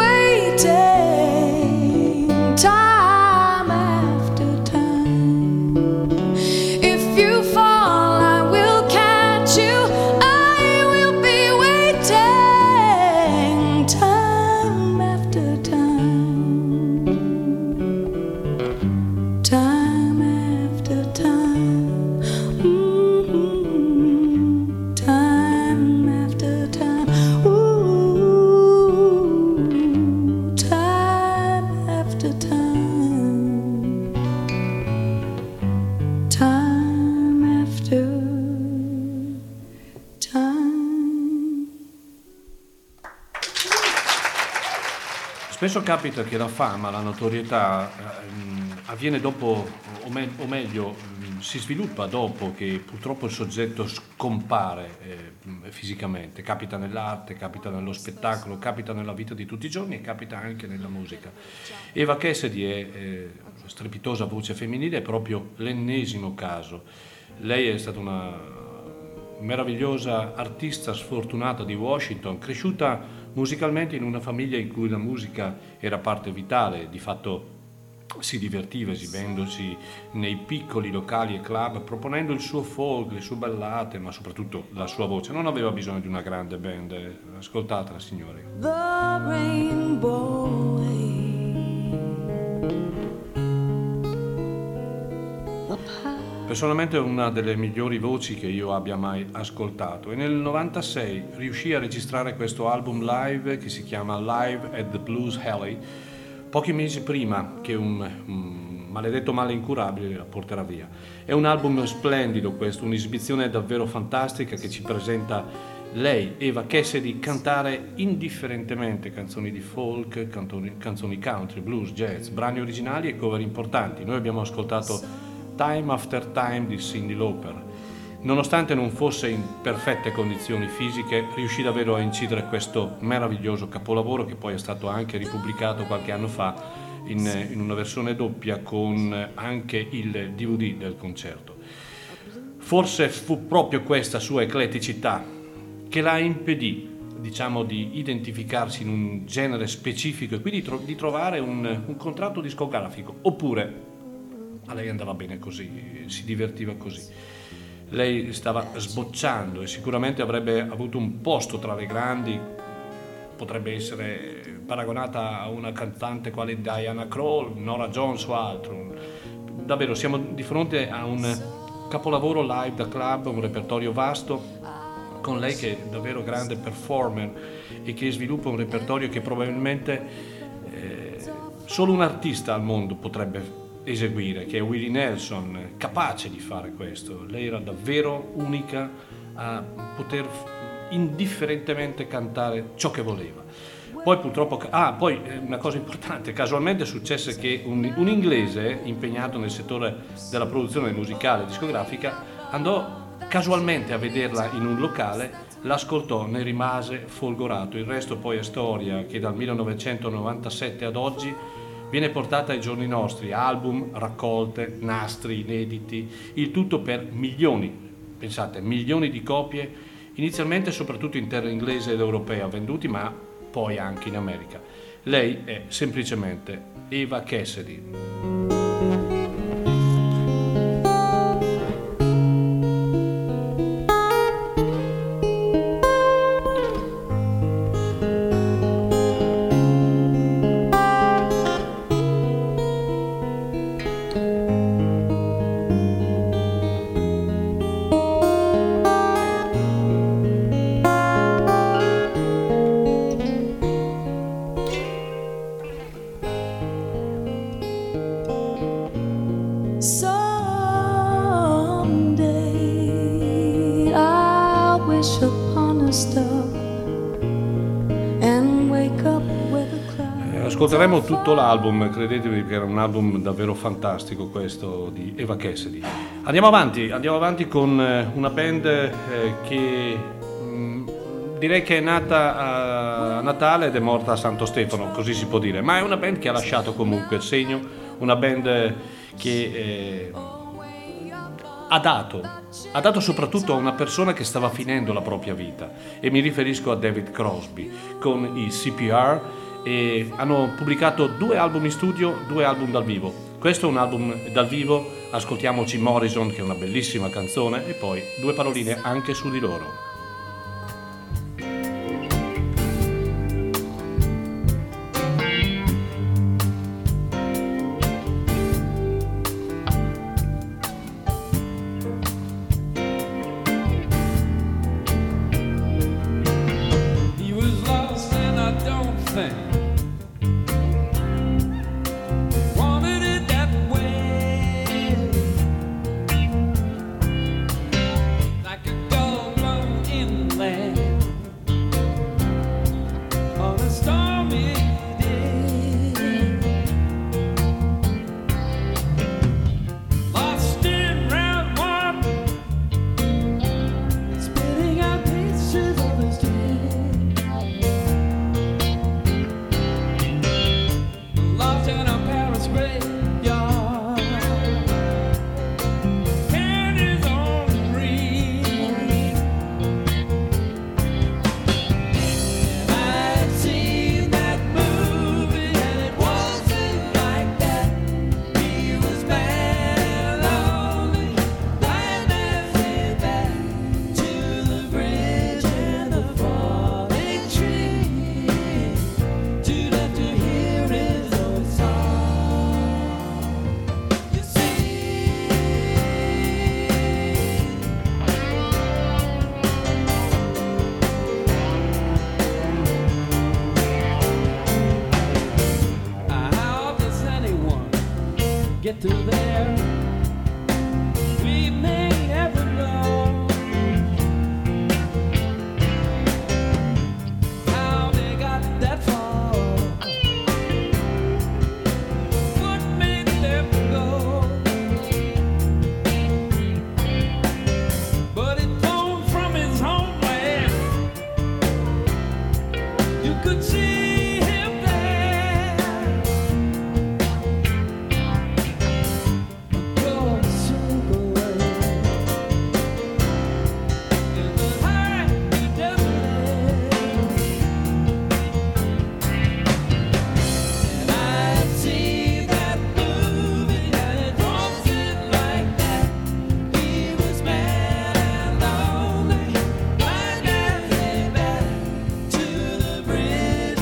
waiting time after time. If you fall, I will catch you. I will be waiting time after time. Time after time. Time after time. Time after time. Time after time. Spesso capita che la fama, la notorietà avviene dopo, o meglio, si sviluppa dopo che purtroppo il soggetto scompare fisicamente. Capita nell'arte, capita nello spettacolo, capita nella vita di tutti i giorni e capita anche nella musica. Eva Cassidy è strepitosa voce femminile, è proprio l'ennesimo caso. Lei è stata una meravigliosa artista sfortunata di Washington, cresciuta musicalmente in una famiglia in cui la musica era parte vitale, di fatto si divertiva esibendosi nei piccoli locali e club, proponendo il suo folk, le sue ballate, ma soprattutto la sua voce. Non aveva bisogno di una grande band, ascoltatela signori. The rainbow way. Personalmente è una delle migliori voci che io abbia mai ascoltato e nel 96 riuscì a registrare questo album live che si chiama Live at the Blues Alley, pochi mesi prima che un maledetto male incurabile la porterà via. È un album splendido questo, un'esibizione davvero fantastica che ci presenta lei, Eva Cassidy, cantare indifferentemente canzoni di folk, canzoni country, blues, jazz, brani originali e cover importanti. Noi abbiamo ascoltato Time After Time di Cyndi Lauper. Nonostante non fosse in perfette condizioni fisiche, riuscì davvero a incidere questo meraviglioso capolavoro che poi è stato anche ripubblicato qualche anno fa in una versione doppia con anche il DVD del concerto. Forse fu proprio questa sua ecletticità che la impedì, diciamo, di identificarsi in un genere specifico e quindi di trovare un contratto discografico, oppure a lei andava bene così, si divertiva così. Lei stava sbocciando e sicuramente avrebbe avuto un posto tra le grandi, potrebbe essere paragonata a una cantante quale Diana Krall, Norah Jones o altro. Davvero siamo di fronte a un capolavoro live da club, un repertorio vasto, con lei che è davvero grande performer e che sviluppa un repertorio che probabilmente solo un artista al mondo potrebbe eseguire, che è Willie Nelson, capace di fare questo. Lei era davvero unica a poter indifferentemente cantare ciò che voleva. Poi purtroppo, poi una cosa importante, casualmente successe che un inglese impegnato nel settore della produzione musicale e discografica andò casualmente a vederla in un locale, l'ascoltò, ne rimase folgorato. Il resto poi è storia che dal 1997 ad oggi viene portata ai giorni nostri, album, raccolte, nastri inediti, il tutto per milioni, pensate, milioni di copie, inizialmente soprattutto in terra inglese ed europea venduti, ma poi anche in America. Lei è semplicemente Eva Cassidy. Ascolteremo tutto l'album, credetemi che era un album davvero fantastico questo di Eva Cassidy. Andiamo avanti con una band che direi che è nata a Natale ed è morta a Santo Stefano, così si può dire, ma è una band che ha lasciato comunque il segno, una band che ha dato soprattutto a una persona che stava finendo la propria vita, e mi riferisco a David Crosby con i CPR, e hanno pubblicato 2 album in studio, 2 album dal vivo. Questo è un album dal vivo, ascoltiamoci Morrison, che è una bellissima canzone, e poi 2 paroline anche su di loro. He was lost and I don't think wanted it that way. Like a gull blown inland on a stormy day. Lost in round one, spitting out pieces of his day. Lost in a Paris graveyard, candies on the green. And I've seen that movie and it wasn't like that. He was mad and lonely, lying there back to the bridge and the falling tree, too late to hear his own song. You see, how does anyone get to there? We may never know how they got that far. What made them go? But it came from his homeland. You could see him there. Across the circle in the high desert. And I've seen that movie and it wasn't like that. He was mad and lonely, blind as a bat to the bridge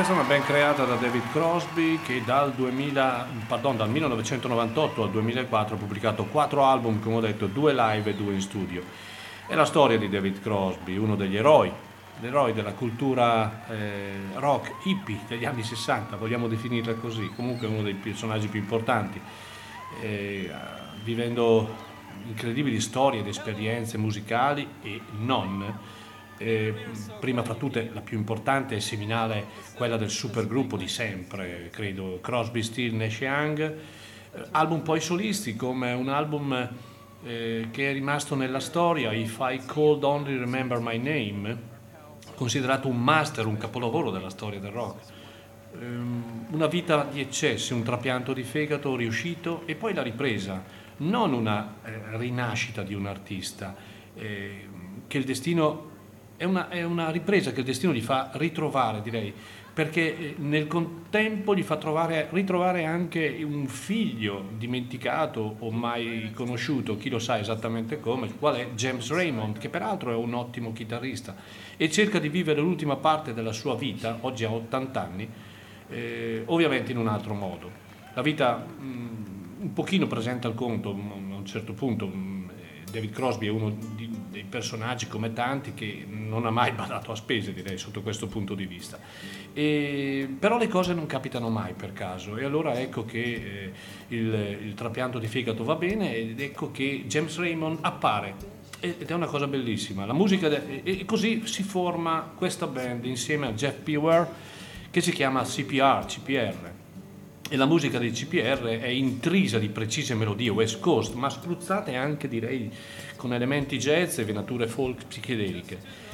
Questa è una band creata da David Crosby che dal 1998 al 2004 ha pubblicato 4 album, come ho detto, 2 live e 2 in studio. È la storia di David Crosby, uno degli eroi della cultura rock hippie degli anni 60, vogliamo definirla così, comunque uno dei personaggi più importanti, vivendo incredibili storie ed esperienze musicali e non. Prima fra tutte la più importante e seminale, quella del supergruppo di sempre, credo, Crosby, Stills, Nash Young. Album poi solisti, come un album che è rimasto nella storia, If I Could Only Remember My Name, considerato un master, un capolavoro della storia del rock. Una vita di eccessi, un trapianto di fegato riuscito e poi la ripresa, non una rinascita di un artista, che il destino è una ripresa che il destino gli fa ritrovare, direi, perché nel contempo gli fa ritrovare anche un figlio dimenticato o mai conosciuto, chi lo sa esattamente come, qual è James Raymond, che peraltro è un ottimo chitarrista e cerca di vivere l'ultima parte della sua vita, oggi ha 80 anni, ovviamente in un altro modo. La vita un pochino presenta il conto a un certo punto. David Crosby è uno dei personaggi, come tanti, che non ha mai badato a spese, direi, sotto questo punto di vista. Però le cose non capitano mai per caso, e allora ecco che il trapianto di fegato va bene, ed ecco che James Raymond appare, ed è una cosa bellissima. La musica e così si forma questa band insieme a Jeff Pewer, che si chiama CPR. E la musica dei CPR è intrisa di precise melodie West Coast, ma spruzzate anche, direi, con elementi jazz e venature folk psichedeliche.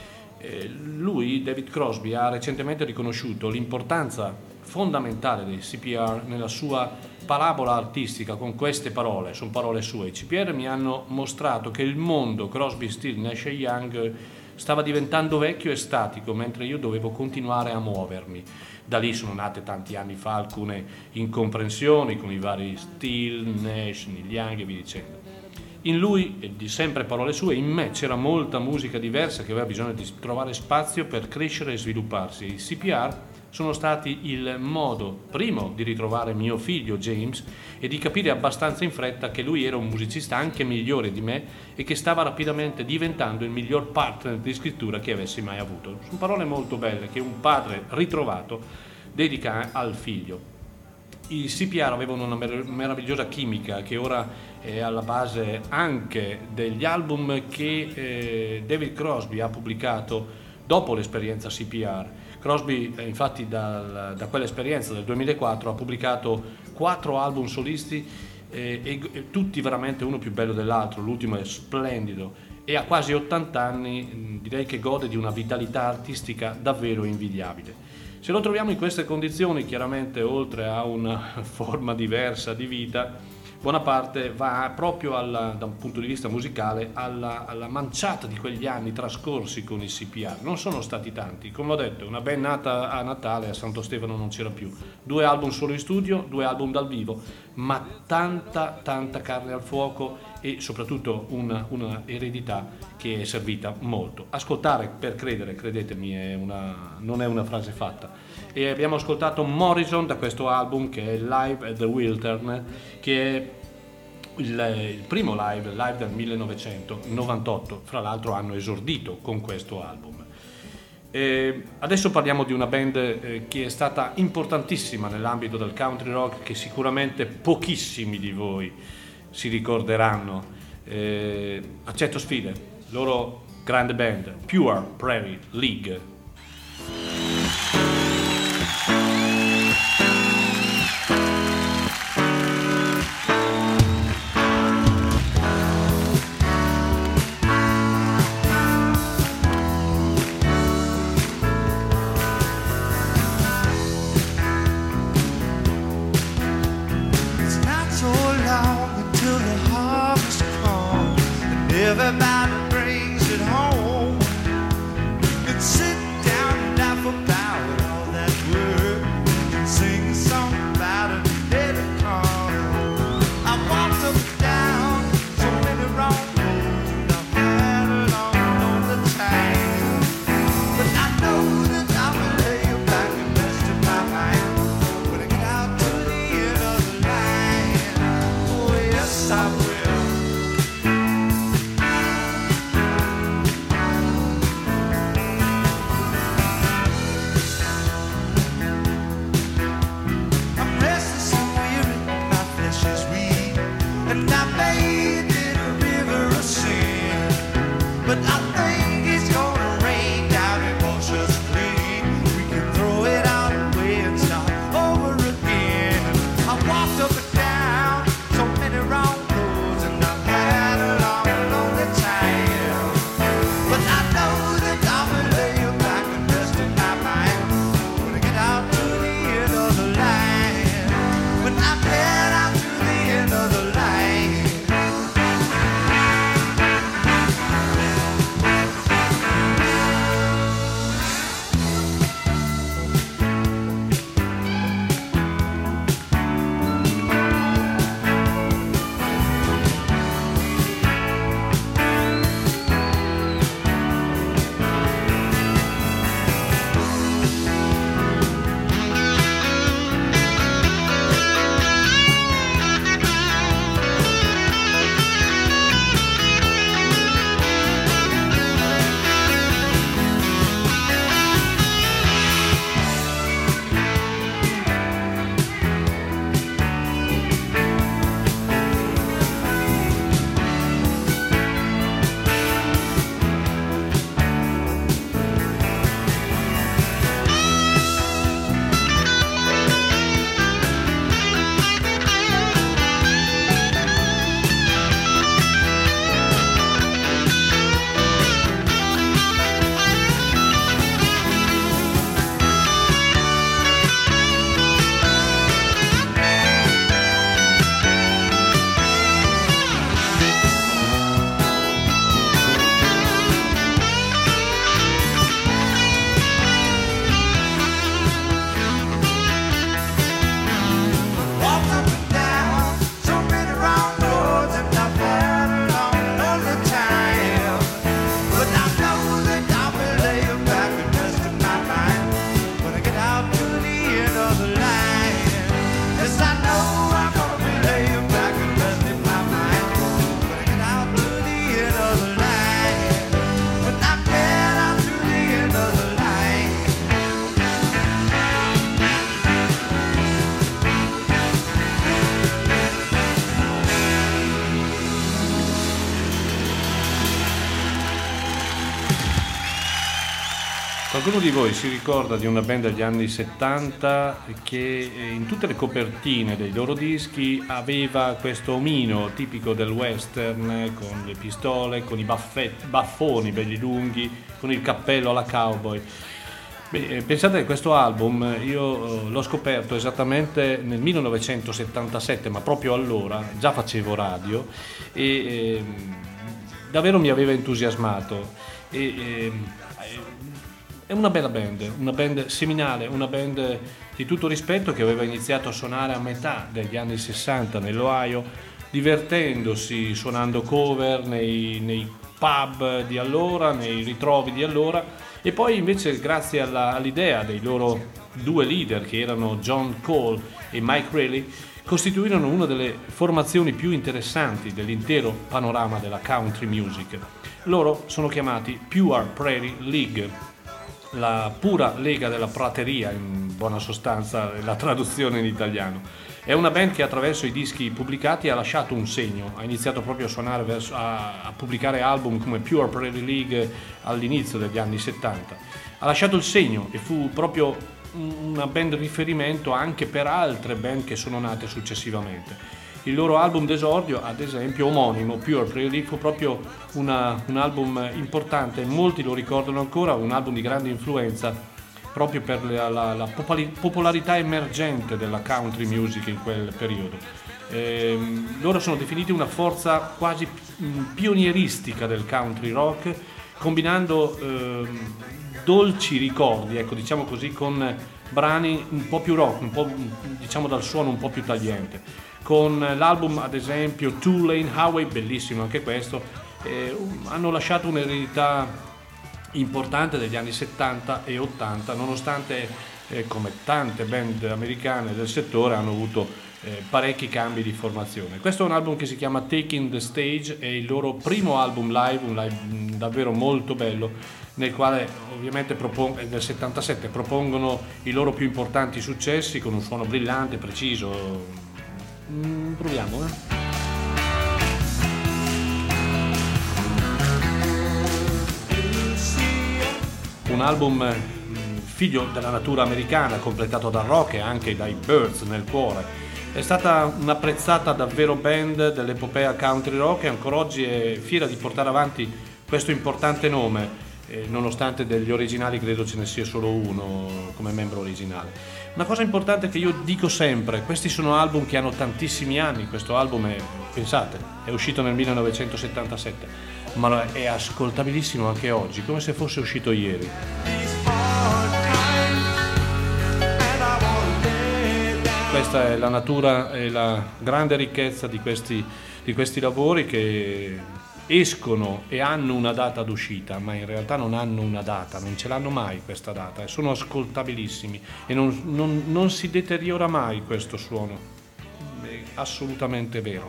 Lui, David Crosby, ha recentemente riconosciuto l'importanza fondamentale dei CPR nella sua parabola artistica con queste parole, sono parole sue. I CPR mi hanno mostrato che il mondo Crosby, Stills, Nash & Young stava diventando vecchio e statico, mentre io dovevo continuare a muovermi. Da lì sono nate tanti anni fa alcune incomprensioni con i vari Stills, Nash, Neil Young e via dicendo. In lui, e di sempre parole sue, in me c'era molta musica diversa che aveva bisogno di trovare spazio per crescere e svilupparsi. I CPR sono stati il modo, primo, di ritrovare mio figlio James e di capire abbastanza in fretta che lui era un musicista anche migliore di me e che stava rapidamente diventando il miglior partner di scrittura che avessi mai avuto. Sono parole molto belle che un padre ritrovato dedica al figlio. I CPR avevano una meravigliosa chimica che ora è alla base anche degli album che David Crosby ha pubblicato dopo l'esperienza CPR. Crosby infatti da quell'esperienza del 2004 ha pubblicato 4 album solisti e tutti veramente uno più bello dell'altro, l'ultimo è splendido e a quasi 80 anni direi che gode di una vitalità artistica davvero invidiabile. Se lo troviamo in queste condizioni, chiaramente oltre a una forma diversa di vita, buona parte va proprio da un punto di vista musicale alla manciata di quegli anni trascorsi con i CPR. Non sono stati tanti, come ho detto, una band nata a Natale, a Santo Stefano non c'era più. 2 album solo in studio, 2 album dal vivo, ma tanta carne al fuoco e soprattutto una eredità che è servita molto. Ascoltare per credere, credetemi, non è una frase fatta. E abbiamo ascoltato Morrison da questo album che è Live at the Wiltern, che è il primo live del 1998, fra l'altro hanno esordito con questo album. Adesso parliamo di una band che è stata importantissima nell'ambito del country rock, che sicuramente pochissimi di voi si ricorderanno. Accetto sfide, loro grande band, Pure Prairie League. Everybody brings it home. It's sitting Qualcuno di voi si ricorda di una band degli anni 70 che in tutte le copertine dei loro dischi aveva questo omino tipico del western, con le pistole, con i baffoni belli lunghi, con il cappello alla cowboy? Beh, pensate che questo album io l'ho scoperto esattamente nel 1977, ma proprio allora già facevo radio e davvero mi aveva entusiasmato. È una bella band, una band seminale, una band di tutto rispetto che aveva iniziato a suonare a metà degli anni 60 nell'Ohio, divertendosi, suonando cover nei pub di allora, nei ritrovi di allora, e poi invece grazie all'idea dei loro due leader che erano John Cole e Mike Reilly, costituirono una delle formazioni più interessanti dell'intero panorama della country music. Loro sono chiamati Pure Prairie League, la pura lega della prateria, in buona sostanza la traduzione in italiano. È una band che attraverso i dischi pubblicati ha lasciato un segno, ha iniziato proprio a suonare, a pubblicare album come Pure Prairie League all'inizio degli anni 70. Ha lasciato il segno e fu proprio una band riferimento anche per altre band che sono nate successivamente. Il loro album d'esordio, ad esempio, omonimo, Pure Prairie League, fu proprio un album importante, molti lo ricordano ancora, un album di grande influenza proprio per la popolarità emergente della country music in quel periodo. Loro sono definiti una forza quasi pionieristica del country rock, combinando dolci ricordi, ecco, diciamo così, con brani un po' più rock, un po' diciamo dal suono un po' più tagliente. Con l'album ad esempio Two Lane Highway, bellissimo anche questo, hanno lasciato un'eredità importante degli anni 70 e 80, nonostante come tante band americane del settore hanno avuto parecchi cambi di formazione. Questo è un album che si chiama Taking the Stage, è il loro primo album live, un live davvero molto bello, nel quale ovviamente nel 77 propongono i loro più importanti successi con un suono brillante, preciso. Proviamo, Un album figlio della natura americana, completato dal rock e anche dai Byrds nel cuore. È stata un'apprezzata davvero band dell'epopea country rock e ancora oggi è fiera di portare avanti questo importante nome, nonostante degli originali credo ce ne sia solo uno come membro originale. Una cosa importante che io dico sempre, questi sono album che hanno tantissimi anni, questo album pensate, è uscito nel 1977, ma è ascoltabilissimo anche oggi, come se fosse uscito ieri. Questa è la natura e la grande ricchezza di questi lavori che escono e hanno una data d'uscita, ma in realtà non hanno una data, non ce l'hanno mai questa data, e sono ascoltabilissimi e non si deteriora mai questo suono, è assolutamente vero.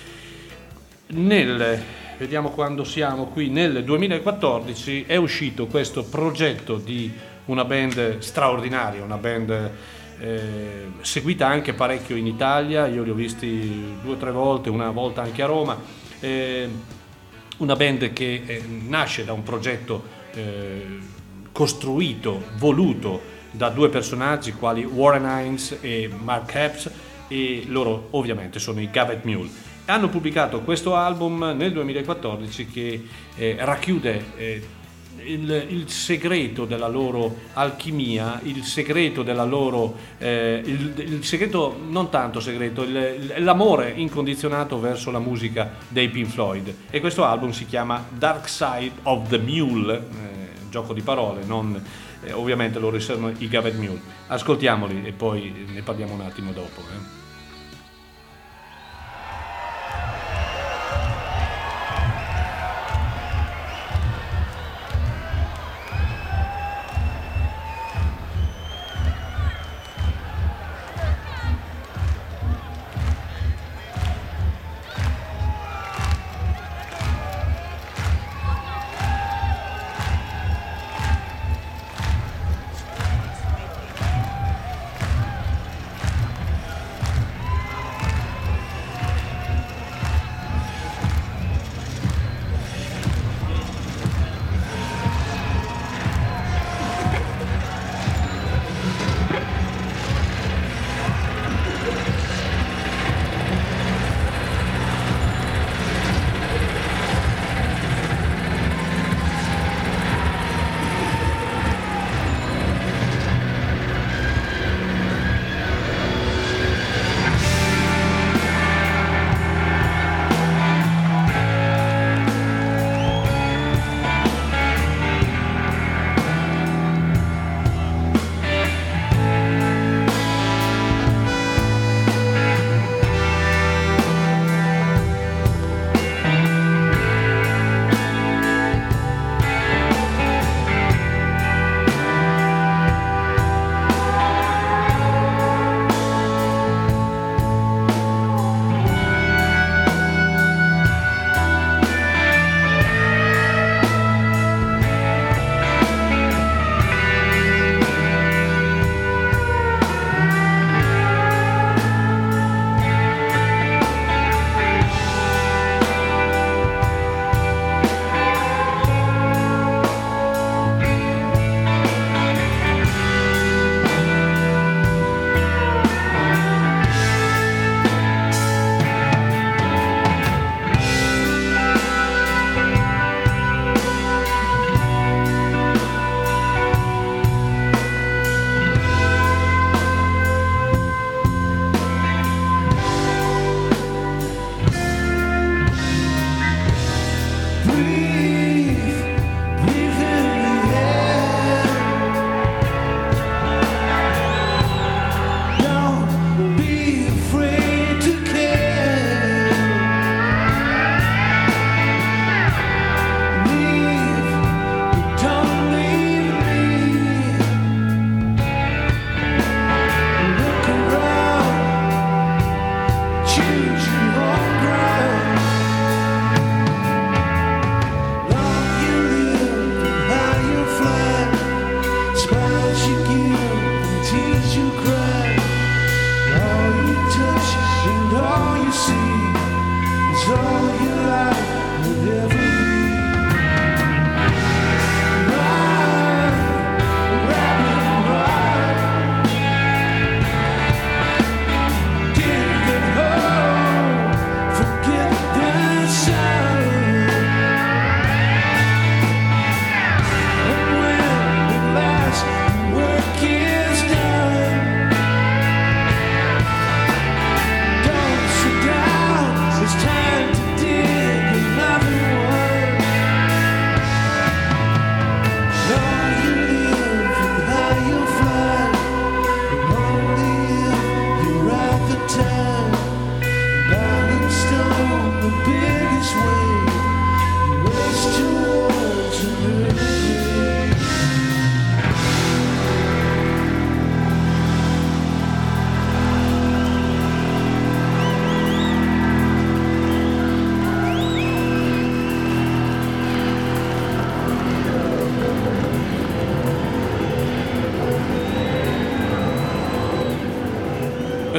Vediamo quando siamo qui, nel 2014 è uscito questo progetto di una band straordinaria, una band seguita anche parecchio in Italia, io li ho visti 2 o 3 volte, una volta anche a Roma. Una band che nasce da un progetto costruito, voluto da 2 personaggi quali Warren Hines e Mark Epps, e loro ovviamente sono i Gavet Mule. Hanno pubblicato questo album nel 2014 che racchiude il segreto della loro alchimia, il segreto della loro il segreto, non tanto segreto, l'amore incondizionato verso la musica dei Pink Floyd, e questo album si chiama Dark Side of the Mule, gioco di parole, non ovviamente loro sono i Gavet Mule. Ascoltiamoli e poi ne parliamo un attimo dopo.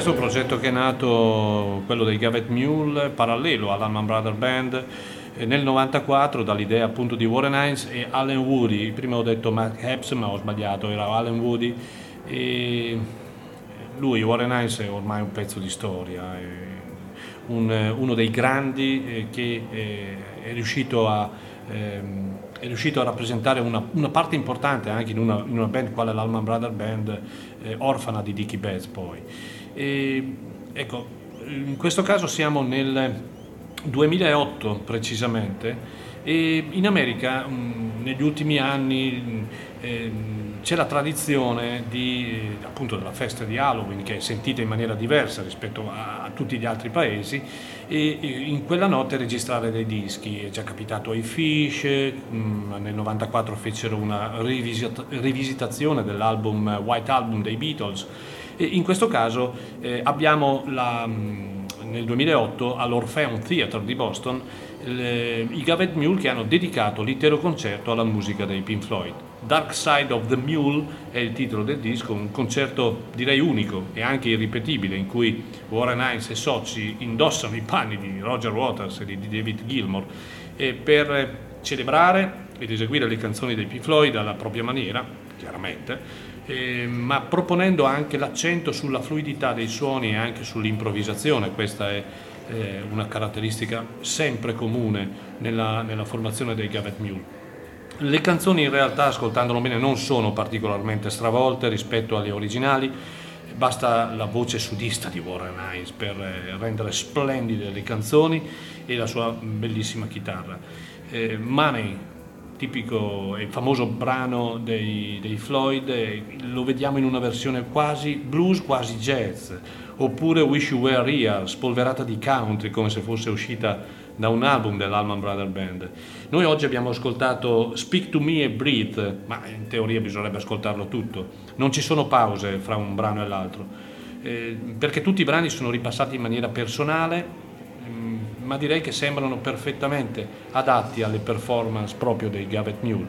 questo è un progetto che è nato, quello dei Gavet Mule, parallelo all'Allman Brothers Band, nel 94 dall'idea appunto di Warren Hines e Allen Woody. Prima ho detto Mark Epps, ma ho sbagliato, era Allen Woody. E lui, Warren Hines, è ormai un pezzo di storia, è uno dei grandi che è riuscito a rappresentare una parte importante anche in una band quale l'Allman Brothers Band, orfana di Dickie Betts poi. E, ecco, in questo caso siamo nel 2008 precisamente, e in America negli ultimi anni c'è la tradizione appunto della festa di Halloween, che è sentita in maniera diversa rispetto a tutti gli altri paesi, e in quella notte registrare dei dischi. È già capitato ai Fish, nel 94 fecero una rivisitazione dell'album White Album dei Beatles, e in questo caso abbiamo nel 2008 all'Orpheum Theatre di Boston i Gavet Mule, che hanno dedicato l'intero concerto alla musica dei Pink Floyd. Dark Side of the Mule è il titolo del disco, un concerto direi unico e anche irripetibile, in cui Warren Hines e soci indossano i panni di Roger Waters e di David Gilmour per celebrare ed eseguire le canzoni dei Pink Floyd alla propria maniera, chiaramente, ma proponendo anche l'accento sulla fluidità dei suoni e anche sull'improvvisazione. Questa è una caratteristica sempre comune nella formazione dei Gavet Mule. Le canzoni in realtà, ascoltandolo bene, non sono particolarmente stravolte rispetto alle originali, basta la voce sudista di Warren Hines per rendere splendide le canzoni e la sua bellissima chitarra. Money, tipico e famoso brano dei Floyd, lo vediamo in una versione quasi blues, quasi jazz, oppure Wish You Were Here, spolverata di country come se fosse uscita da un album dell'Allman Brothers Band. Noi oggi abbiamo ascoltato Speak to Me e Breathe, ma in teoria bisognerebbe ascoltarlo tutto. Non ci sono pause fra un brano e l'altro, perché tutti i brani sono ripassati in maniera personale, ma direi che sembrano perfettamente adatti alle performance proprio dei Gavet Mule.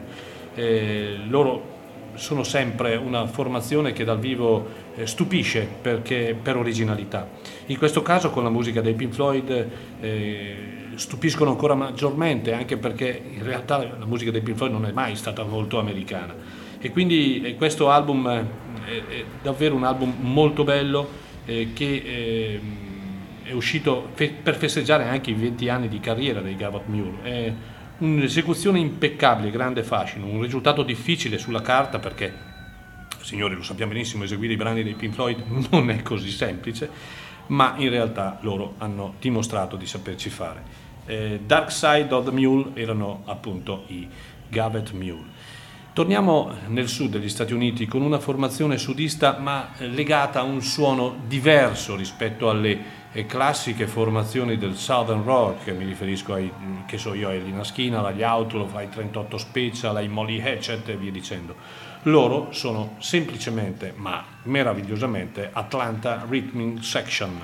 Loro sono sempre una formazione che dal vivo stupisce per originalità. In questo caso con la musica dei Pink Floyd stupiscono ancora maggiormente, anche perché in realtà la musica dei Pink Floyd non è mai stata molto americana, e quindi questo album è davvero un album molto bello, che è uscito per festeggiare anche i 20 anni di carriera dei Gavet Mule. È un'esecuzione impeccabile, grande fascino, un risultato difficile sulla carta, perché, signori, lo sappiamo benissimo, eseguire i brani dei Pink Floyd non è così semplice, ma in realtà loro hanno dimostrato di saperci fare. Dark Side of the Mule erano appunto i Gavet Mule. Torniamo nel sud degli Stati Uniti con una formazione sudista, ma legata a un suono diverso rispetto alle classiche formazioni del Southern Rock. Mi riferisco ai Lynyrd Skynyrd, agli Outlaw, ai 38 Special, ai Molly Hatchet e via dicendo. Loro sono semplicemente, ma meravigliosamente, Atlanta Rhythm Section.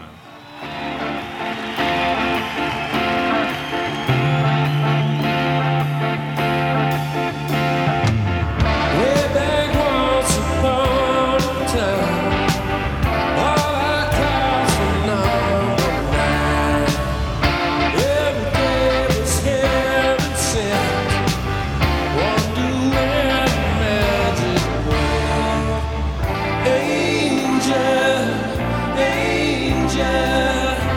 Angel,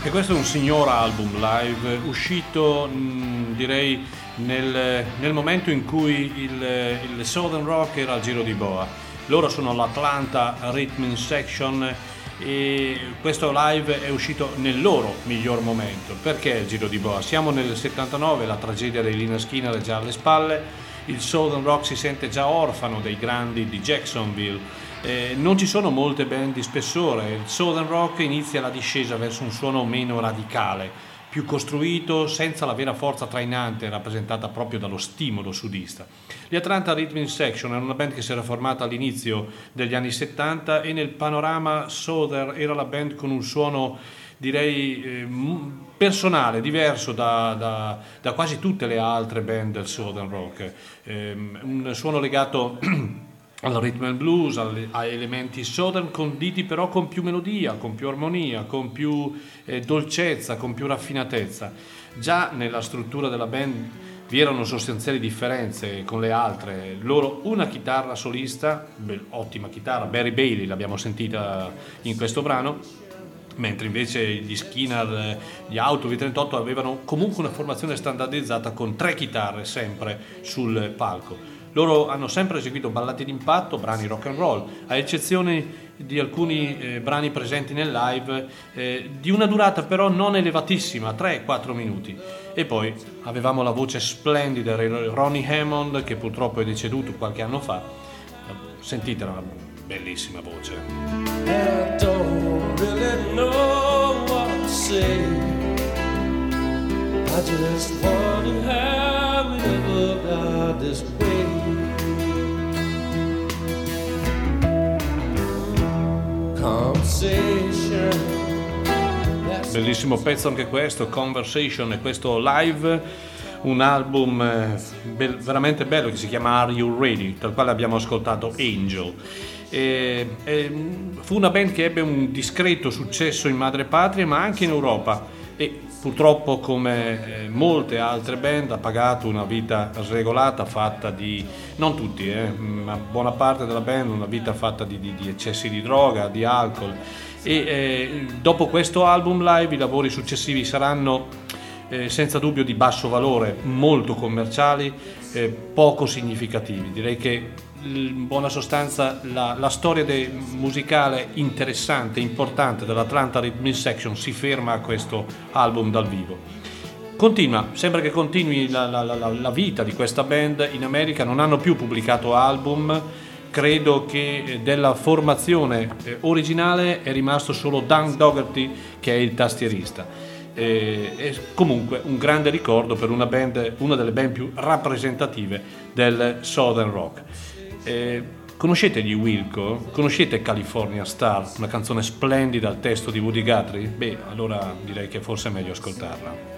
E questo è un signor album live uscito direi nel momento in cui il Southern Rock era al giro di boa. Loro sono l'Atlanta Rhythm Section e questo live è uscito nel loro miglior momento. Perché il giro di boa? Siamo nel 79, la tragedia dei Lynyrd Skynyrd è già alle spalle, il Southern Rock si sente già orfano dei grandi di Jacksonville. Non ci sono molte band di spessore, il Southern Rock inizia la discesa verso un suono meno radicale, più costruito, senza la vera forza trainante rappresentata proprio dallo stimolo sudista. Gli Atlanta Rhythm Section era una band che si era formata all'inizio degli anni 70 e nel panorama Southern era la band con un suono direi personale, diverso da quasi tutte le altre band del Southern Rock, un suono legato al rhythm and blues, a elementi southern conditi però con più melodia, con più armonia, con più dolcezza, con più raffinatezza. Già nella struttura della band vi erano sostanziali differenze con le altre. Loro una chitarra solista, ottima chitarra, Barry Bailey l'abbiamo sentita in questo brano, mentre invece gli Skynyrd, gli Auto V38 avevano comunque una formazione standardizzata con 3 chitarre sempre sul palco. Loro hanno sempre eseguito ballate d'impatto, brani rock and roll, a eccezione di alcuni brani presenti nel live, di una durata però non elevatissima, 3-4 minuti. E poi avevamo la voce splendida di Ronnie Hammond, che purtroppo è deceduto qualche anno fa. Sentite la bellissima voce. I don't really know what to say. I just wonder how it ever got this way. Conversation. Bellissimo pezzo anche questo, Conversation, e questo live, un album veramente bello che si chiama Are You Ready, dal quale abbiamo ascoltato Angel. Fu una band che ebbe un discreto successo in madrepatria ma anche in Europa e purtroppo come molte altre band ha pagato una vita sregolata fatta di, non tutti ma buona parte della band, una vita fatta di eccessi di droga, di alcol e dopo questo album live i lavori successivi saranno senza dubbio di basso valore, molto commerciali, poco significativi. Direi che in buona sostanza la storia musicale interessante, importante dell'Atlanta Rhythm Section si ferma a questo album dal vivo. Sembra che continui la vita di questa band in America, non hanno più pubblicato album, credo che della formazione originale è rimasto solo Dan Dougherty che è il tastierista. È comunque un grande ricordo per una delle band più rappresentative del Southern Rock. Conoscete gli Wilco? Conoscete California Star, una canzone splendida al testo di Woody Guthrie? Beh, allora direi che forse è meglio ascoltarla.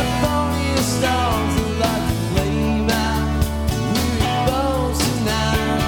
California stars are like a flame out. We're both tonight.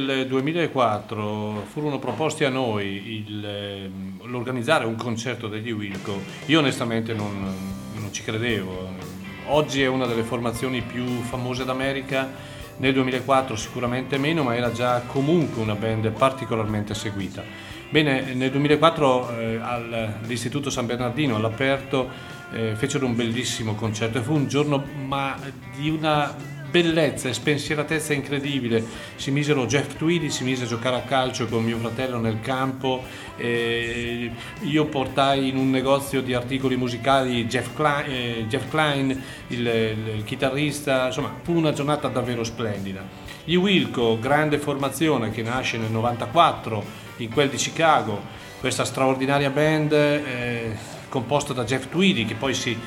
nel 2004 furono proposti a noi l'organizzare un concerto degli Wilco, io onestamente non ci credevo. Oggi è una delle formazioni più famose d'America, nel 2004 sicuramente meno, ma era già comunque una band particolarmente seguita. Bene, nel 2004 all'Istituto San Bernardino all'aperto fecero un bellissimo concerto e fu un giorno di una bellezza e spensieratezza incredibile. Si misero Jeff Tweedy, si mise a giocare a calcio con mio fratello nel campo, io portai in un negozio di articoli musicali Jeff Klein, il chitarrista, insomma fu una giornata davvero splendida. Gli Wilco, grande formazione che nasce nel 94 in quel di Chicago, questa straordinaria band composta da Jeff Tweedy che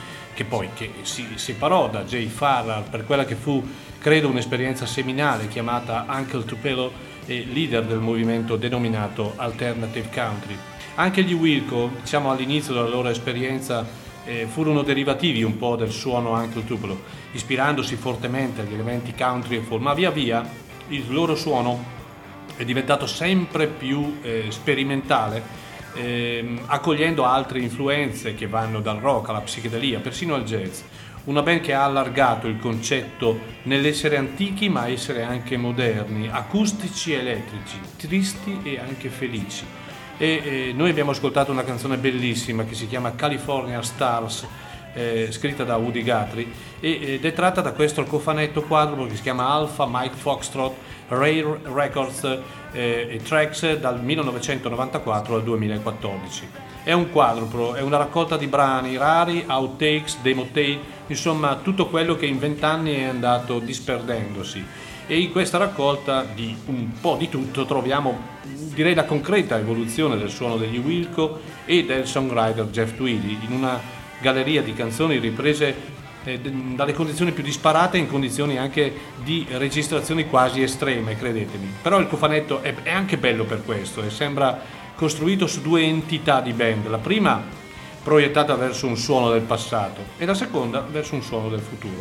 si separò da Jay Farrar per quella che fu, credo, un'esperienza seminale chiamata Uncle Tupelo, e leader del movimento denominato Alternative Country. Anche gli Wilco, diciamo all'inizio della loro esperienza, furono derivativi un po' del suono Uncle Tupelo, ispirandosi fortemente agli elementi country e folk, ma via via il loro suono è diventato sempre più sperimentale, accogliendo altre influenze che vanno dal rock alla psichedelia, persino al jazz. Una band che ha allargato il concetto nell'essere antichi ma essere anche moderni, acustici e elettrici, tristi e anche felici. Noi abbiamo ascoltato una canzone bellissima che si chiama California Stars, scritta da Woody Guthrie, ed è tratta da questo cofanetto quadruplo che si chiama Alpha Mike Foxtrot Rare Records e Tracks dal 1994 al 2014. È un quadruplo, è una raccolta di brani rari, outtakes, demo tape, insomma tutto quello che in 20 anni è andato disperdendosi. E in questa raccolta di un po' di tutto troviamo, direi, la concreta evoluzione del suono degli Wilco e del songwriter Jeff Tweedy in una galleria di canzoni riprese dalle condizioni più disparate, in condizioni anche di registrazioni quasi estreme, credetemi. Però il cofanetto è anche bello per questo e sembra costruito su due entità di band, la prima proiettata verso un suono del passato e la seconda verso un suono del futuro.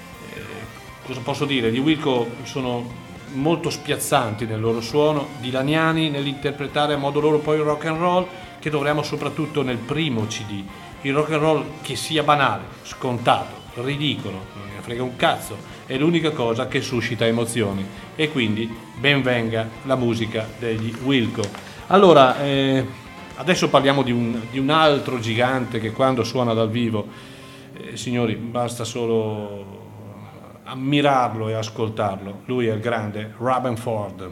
Cosa posso dire? Gli Wilco sono molto spiazzanti nel loro suono, dilaniani nell'interpretare a modo loro poi il rock and roll, che troviamo soprattutto nel primo CD. Il rock and roll che sia banale, scontato, ridicolo, non ne frega un cazzo, è l'unica cosa che suscita emozioni, e quindi ben venga la musica degli Wilco. Allora, adesso parliamo di un altro gigante che quando suona dal vivo, signori, basta solo ammirarlo e ascoltarlo. Lui è il grande Robben Ford.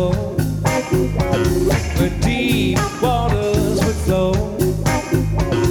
Where deep waters would flow.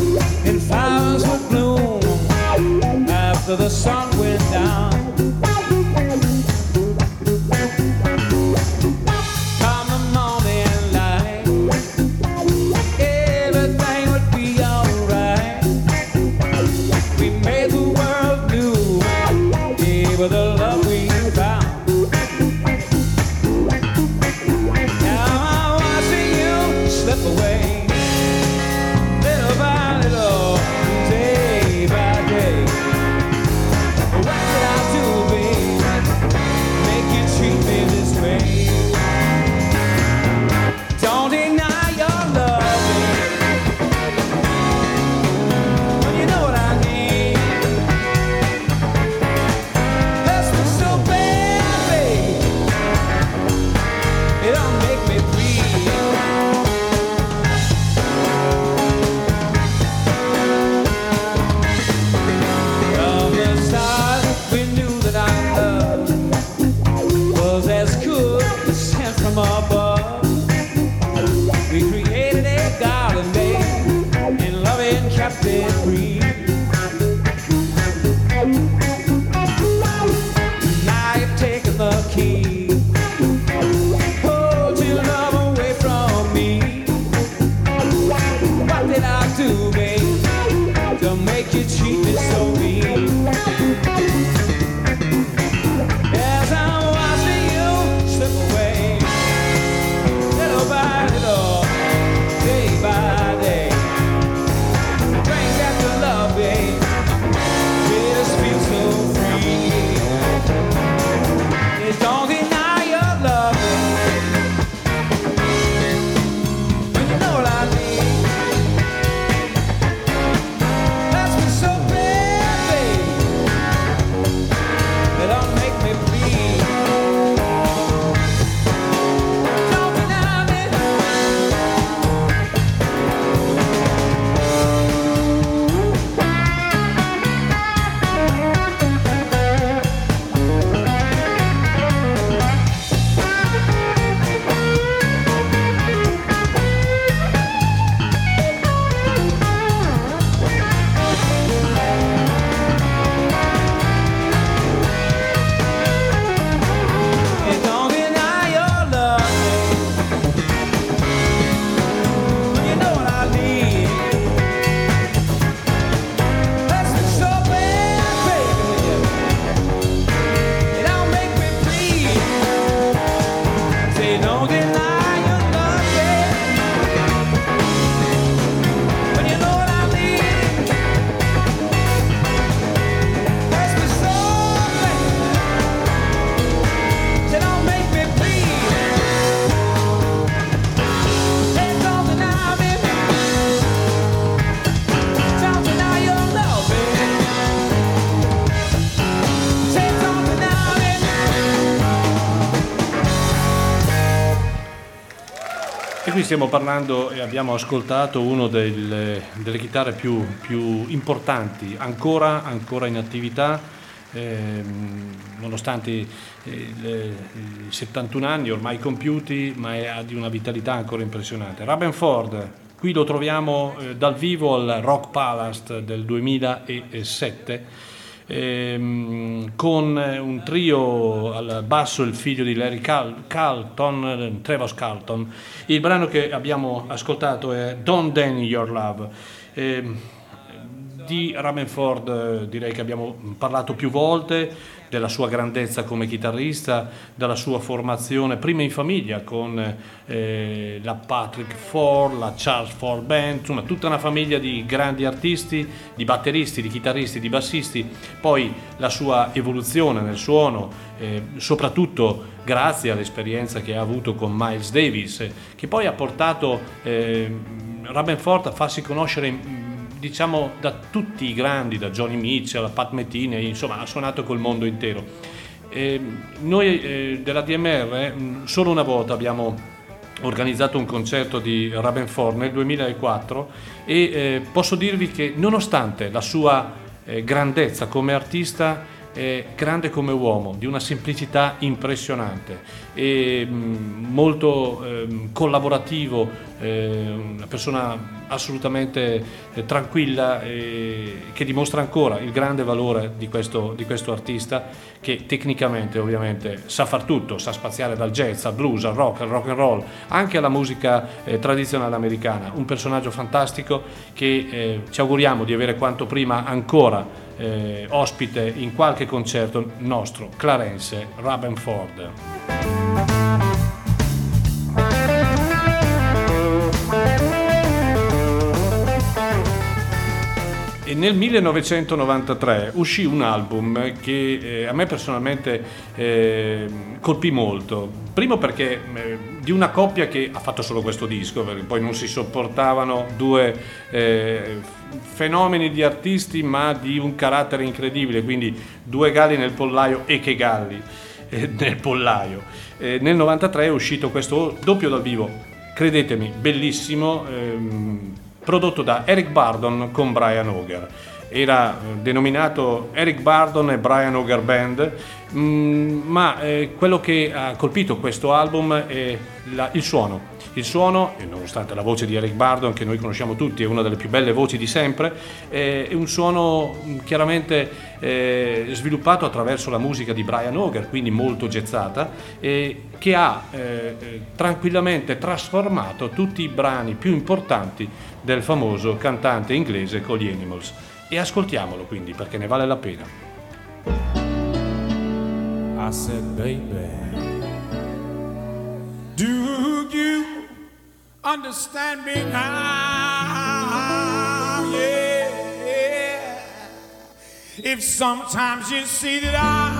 you treat me so mean? As I'm watching you slip away, little by little, day by day, brings after love, babe, made us feel so free. It don't deny your love, when you know what I mean. That's me so bad, babe, it don't make me bleed. Don't deny me. It don't deny your love, when you know what I mean. That's me so bad, baby, it don't make me bleed. Say don't deny your love, baby, when you know what I mean. That's me so bad, say don't make me bleed. Say don't deny me, don't deny your love, baby. Say don't deny me. E qui stiamo parlando e abbiamo ascoltato uno delle chitarre più importanti, ancora in attività, nonostante i 71 anni ormai compiuti, ma ha di una vitalità ancora impressionante. Rabenford, qui lo troviamo dal vivo al Rock Palace del 2007. Con un trio al basso, il figlio di Larry Carlton, Travis Carlton. Il brano che abbiamo ascoltato è Don't Deny Your Love. Di Rabenford direi che abbiamo parlato più volte della sua grandezza come chitarrista, della sua formazione prima in famiglia con la Patrick Ford, la Charles Ford Band, insomma tutta una famiglia di grandi artisti, di batteristi, di chitarristi, di bassisti, poi la sua evoluzione nel suono, soprattutto grazie all'esperienza che ha avuto con Miles Davis, che poi ha portato Rabenford a farsi conoscere diciamo da tutti i grandi, da Johnny Mitchell a Pat Metheny, insomma ha suonato col mondo intero. Noi della DMR solo una volta abbiamo organizzato un concerto di Rabenford nel 2004 e posso dirvi che nonostante la sua grandezza come artista, è grande come uomo, di una semplicità impressionante e molto collaborativo, una persona assolutamente tranquilla, che dimostra ancora il grande valore di questo artista, che tecnicamente ovviamente sa far tutto, sa spaziare dal jazz al blues, al rock and roll, anche alla musica tradizionale americana. Un personaggio fantastico che ci auguriamo di avere quanto prima ancora ospite in qualche concerto nostro, Clarence Rabenford. E nel 1993 uscì un album che a me personalmente colpì molto. Primo perché di una coppia che ha fatto solo questo disco, perché poi non si sopportavano, due fenomeni di artisti ma di un carattere incredibile, quindi due galli nel pollaio, e che galli nel pollaio. Nel 93 è uscito questo doppio dal vivo, credetemi, bellissimo, prodotto da Eric Burdon con Brian Auger. Era denominato Eric Burdon e Brian Auger Band, ma quello che ha colpito questo album è il suono. Il suono, e nonostante la voce di Eric Burdon, che noi conosciamo tutti, è una delle più belle voci di sempre, è un suono chiaramente sviluppato attraverso la musica di Brian Auger, quindi molto jazzata, che ha tranquillamente trasformato tutti i brani più importanti del famoso cantante inglese con gli Animals. E ascoltiamolo quindi perché ne vale la pena. I said, baby, do you understand me now? Yeah. If sometimes you see that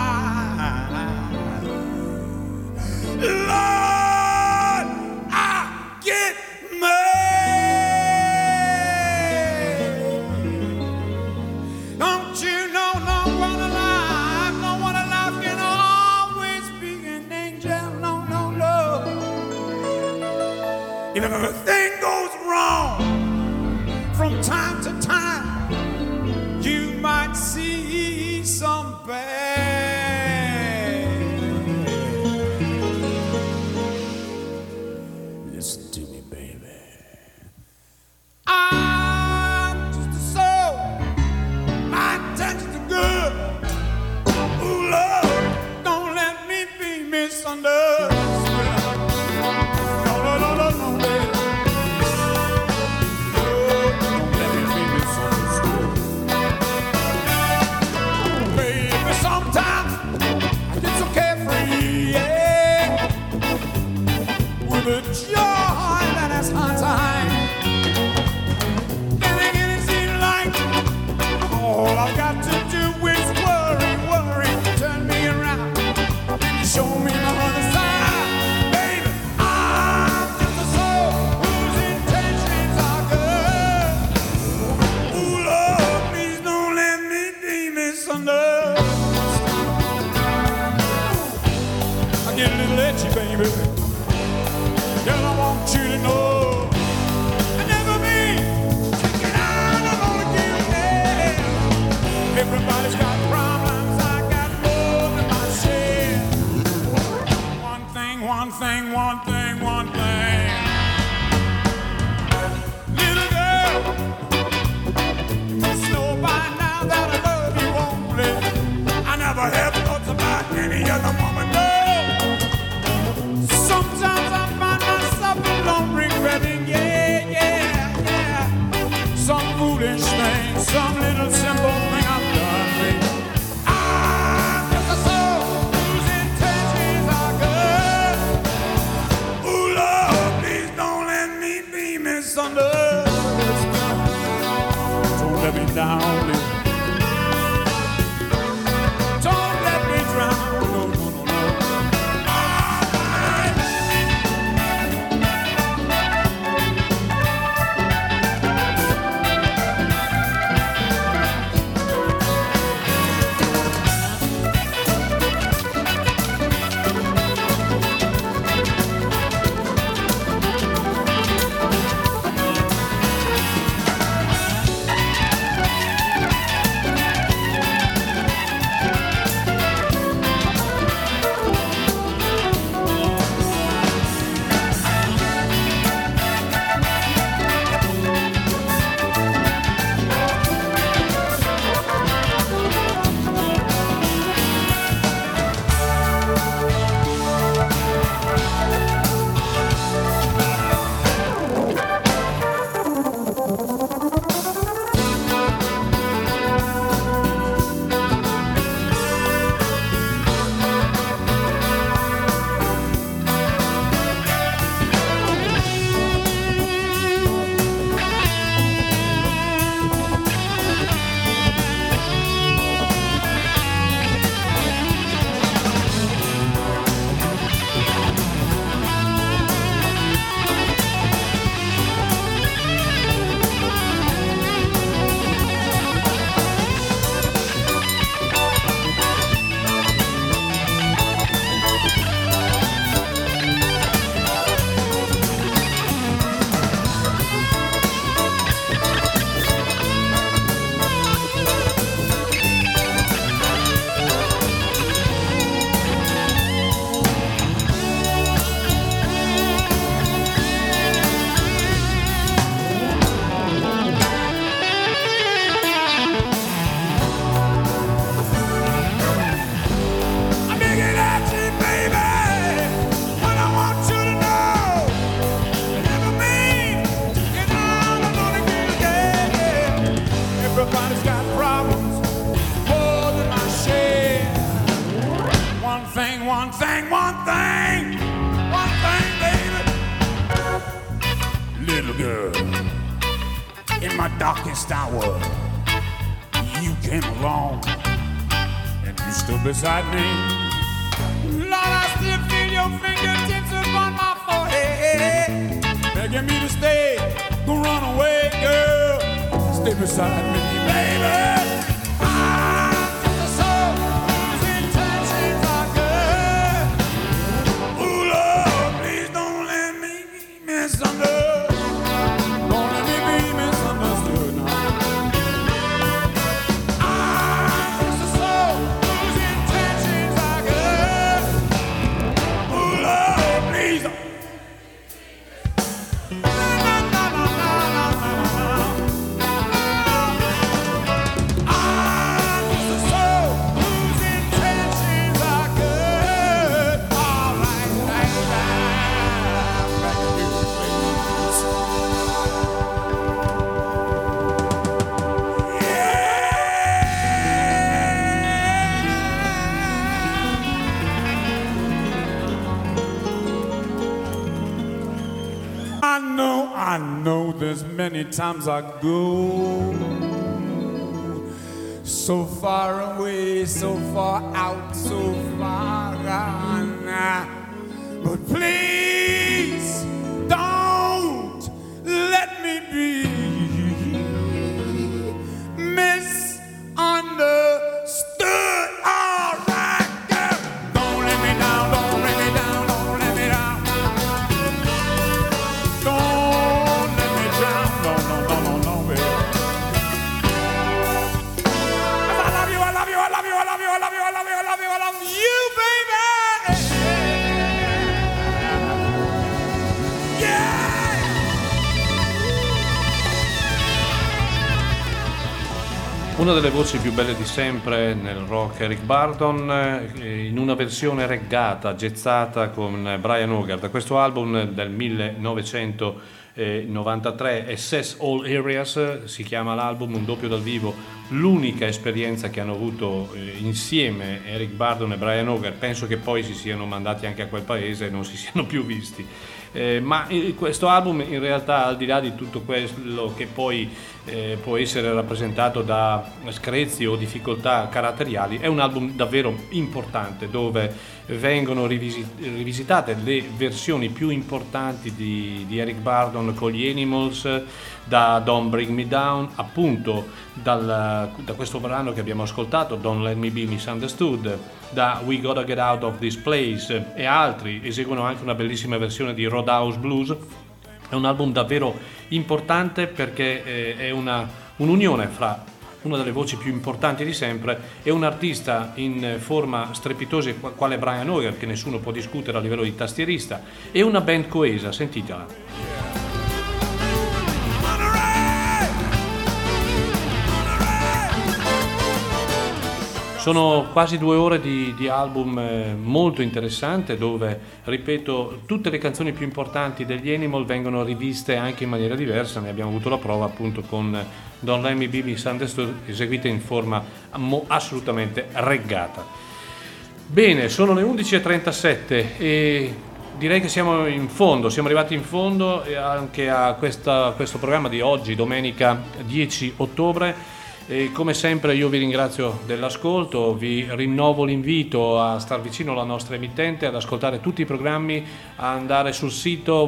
Lord, I get mad. Don't you know no one alive can always be an angel? No, no, no. If everything goes wrong from time to time, you might see some bad. Listen to me, baby. I'm just a soul. My intentions are good. Ooh, Lord, don't let me be misunderstood. No, no, no, no, no, baby. Lord, don't let me be misunderstood. Baby, sometimes I get so carefree, yeah, with a joy that is hard to hide. Then again, it seems like all I've got to do is worry, worry, turn me around and show me my other side. Baby, I'm just a soul whose intentions are good. Ooh, Lord, please don't let me be misunderstood. I get a little itchy, baby. Girl, I want you to know I never mean taking out on all again. Everybody's got problems, I got more than my share. One thing, one thing, one thing, one thing. Little girl, you must know by now that I love you only. I never have thoughts about any other woman, no. Sometimes I find myself alone regretting, yeah, yeah, yeah, some foolish thing, some little simple thing I've done, baby. I'm just a soul whose intentions are good. Ooh, Lord, please don't let me be misunderstood. Don't let me down, baby. Don't let me drown, no, no, no, no. one thing, baby. Little girl, in my darkest hour, you came along and you stood beside me. Lord, I still feel your fingertips upon my forehead, begging me to stay, don't run away, girl. Stay beside me, baby. I know there's many times I go so far away, so far out, so far gone. But please don't let me be misunderstood. All right, girl. Don't let me down, don't let me down, don't let me down. Don't let me drown, no, no, no, no, no, baby. I love you, I love you, I love you, I love you, I love you, I love you, I love you, I love you, baby. Una delle voci più belle di sempre nel rock, Eric Burdon, in una versione reggata, jazzata con Brian Hogarth. Da questo album del 1993, Assess All Areas, si chiama l'album, un doppio dal vivo, l'unica esperienza che hanno avuto insieme Eric Burdon e Brian Hogarth. Penso che poi si siano mandati anche a quel paese e non si siano più visti. Ma questo album, in realtà, al di là di tutto quello che poi può essere rappresentato da screzi o difficoltà caratteriali, è un album davvero importante, dove vengono rivisitate le versioni più importanti di Eric Burdon con gli Animals, da Don't Bring Me Down, appunto da questo brano che abbiamo ascoltato, Don't Let Me Be Misunderstood, da We Gotta Get Out of This Place, e altri eseguono anche una bellissima versione di Roadhouse Blues. È un album davvero importante perché è un'unione fra una delle voci più importanti di sempre e un artista in forma strepitosa quale Brian Hogarth, che nessuno può discutere a livello di tastierista, e una band coesa. Sentitela. Sono quasi 2 ore di album molto interessante, dove, ripeto, tutte le canzoni più importanti degli Animal vengono riviste anche in maniera diversa. Ne abbiamo avuto la prova appunto con Don't Let Me Be Misunderstood, eseguita in forma assolutamente reggata. Bene, sono le 11:37 e direi che siamo arrivati in fondo anche a questo programma di oggi, domenica 10 ottobre. E come sempre io vi ringrazio dell'ascolto, vi rinnovo l'invito a star vicino alla nostra emittente, ad ascoltare tutti i programmi, a andare sul sito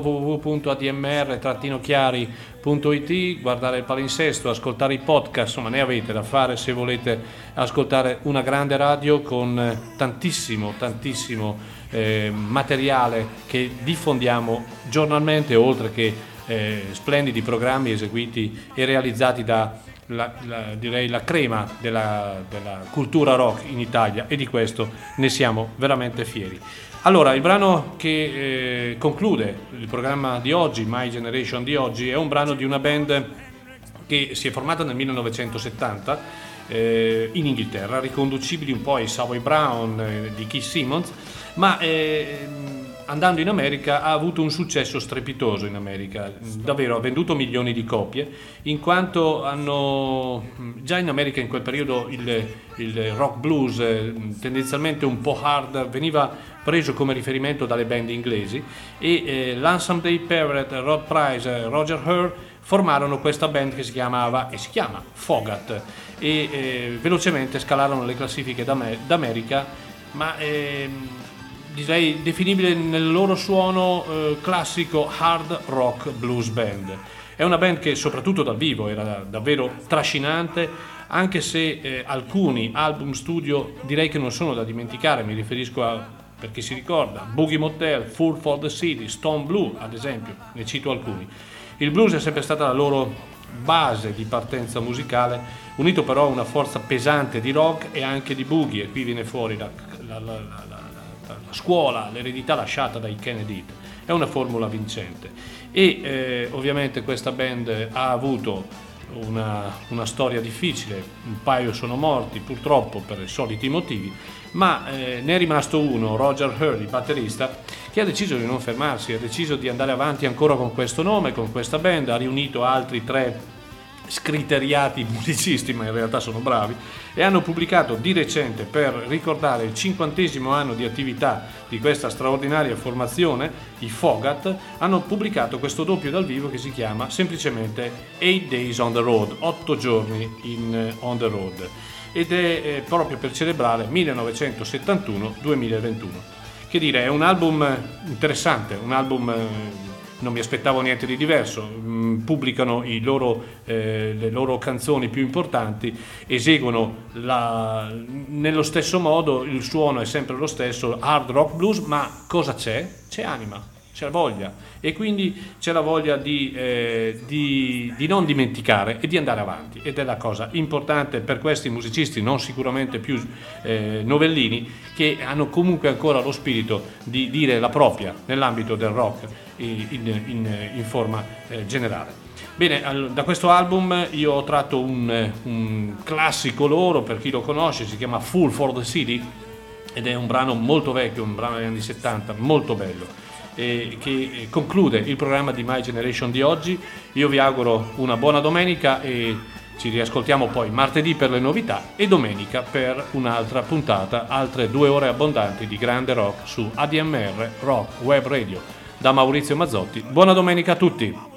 www.admr-chiari.it, guardare il palinsesto, ascoltare i podcast. Insomma, ne avete da fare se volete ascoltare una grande radio con tantissimo materiale che diffondiamo giornalmente, oltre che splendidi programmi eseguiti e realizzati da direi la crema della cultura rock in Italia, e di questo ne siamo veramente fieri. Allora, il brano che conclude il programma di oggi, My Generation di oggi, è un brano di una band che si è formata nel 1970 in Inghilterra, riconducibili un po' ai Savoy Brown di Keith Simmons, ma andando in America ha avuto un successo strepitoso in America, davvero ha venduto milioni di copie, in quanto hanno già in America in quel periodo il rock blues, tendenzialmente un po' hard, veniva preso come riferimento dalle band inglesi, e Lonesome Dave Perrett, Rod Price e Roger Hurd formarono questa band che si chiama Fogat, e velocemente scalarono le classifiche d'America, ma direi definibile nel loro suono classico hard rock blues band. È una band che soprattutto dal vivo era davvero trascinante, anche se alcuni album studio direi che non sono da dimenticare. Mi riferisco a, per chi si ricorda, Boogie Motel, Fool for the City, Stone Blue ad esempio, ne cito alcuni. Il blues è sempre stata la loro base di partenza musicale, unito però a una forza pesante di rock e anche di boogie, e qui viene fuori la scuola, l'eredità lasciata dai Kennedy. È una formula vincente, e ovviamente questa band ha avuto una storia difficile, un paio sono morti purtroppo per i soliti motivi, ma ne è rimasto uno, Roger Hurd, il batterista, che ha deciso di non fermarsi, ha deciso di andare avanti ancora con questo nome, con questa band, ha riunito altri 3 scriteriati musicisti, ma in realtà sono bravi, e hanno pubblicato di recente, per ricordare il 50° anno di attività di questa straordinaria formazione, i Fogat, hanno pubblicato questo doppio dal vivo che si chiama semplicemente 8 Days on the Road, 8 giorni on the road, ed è proprio per celebrare 1971-2021. Che dire, è un album interessante, un album non mi aspettavo niente di diverso. Pubblicano le loro canzoni più importanti, eseguono nello stesso modo, il suono è sempre lo stesso, hard rock blues, ma cosa c'è? C'è anima, c'è voglia, e quindi c'è la voglia di non dimenticare e di andare avanti, ed è la cosa importante per questi musicisti, non sicuramente più novellini, che hanno comunque ancora lo spirito di dire la propria nell'ambito del rock in forma generale. Bene, da questo album io ho tratto un classico loro, per chi lo conosce, si chiama Fool for the City, ed è un brano molto vecchio, un brano degli anni 70, molto bello, che conclude il programma di My Generation di oggi. Io vi auguro una buona domenica, e ci riascoltiamo poi martedì per le novità e domenica per un'altra puntata, altre 2 ore abbondanti di grande rock su ADMR Rock Web Radio. Da Maurizio Mazzotti, buona domenica a tutti!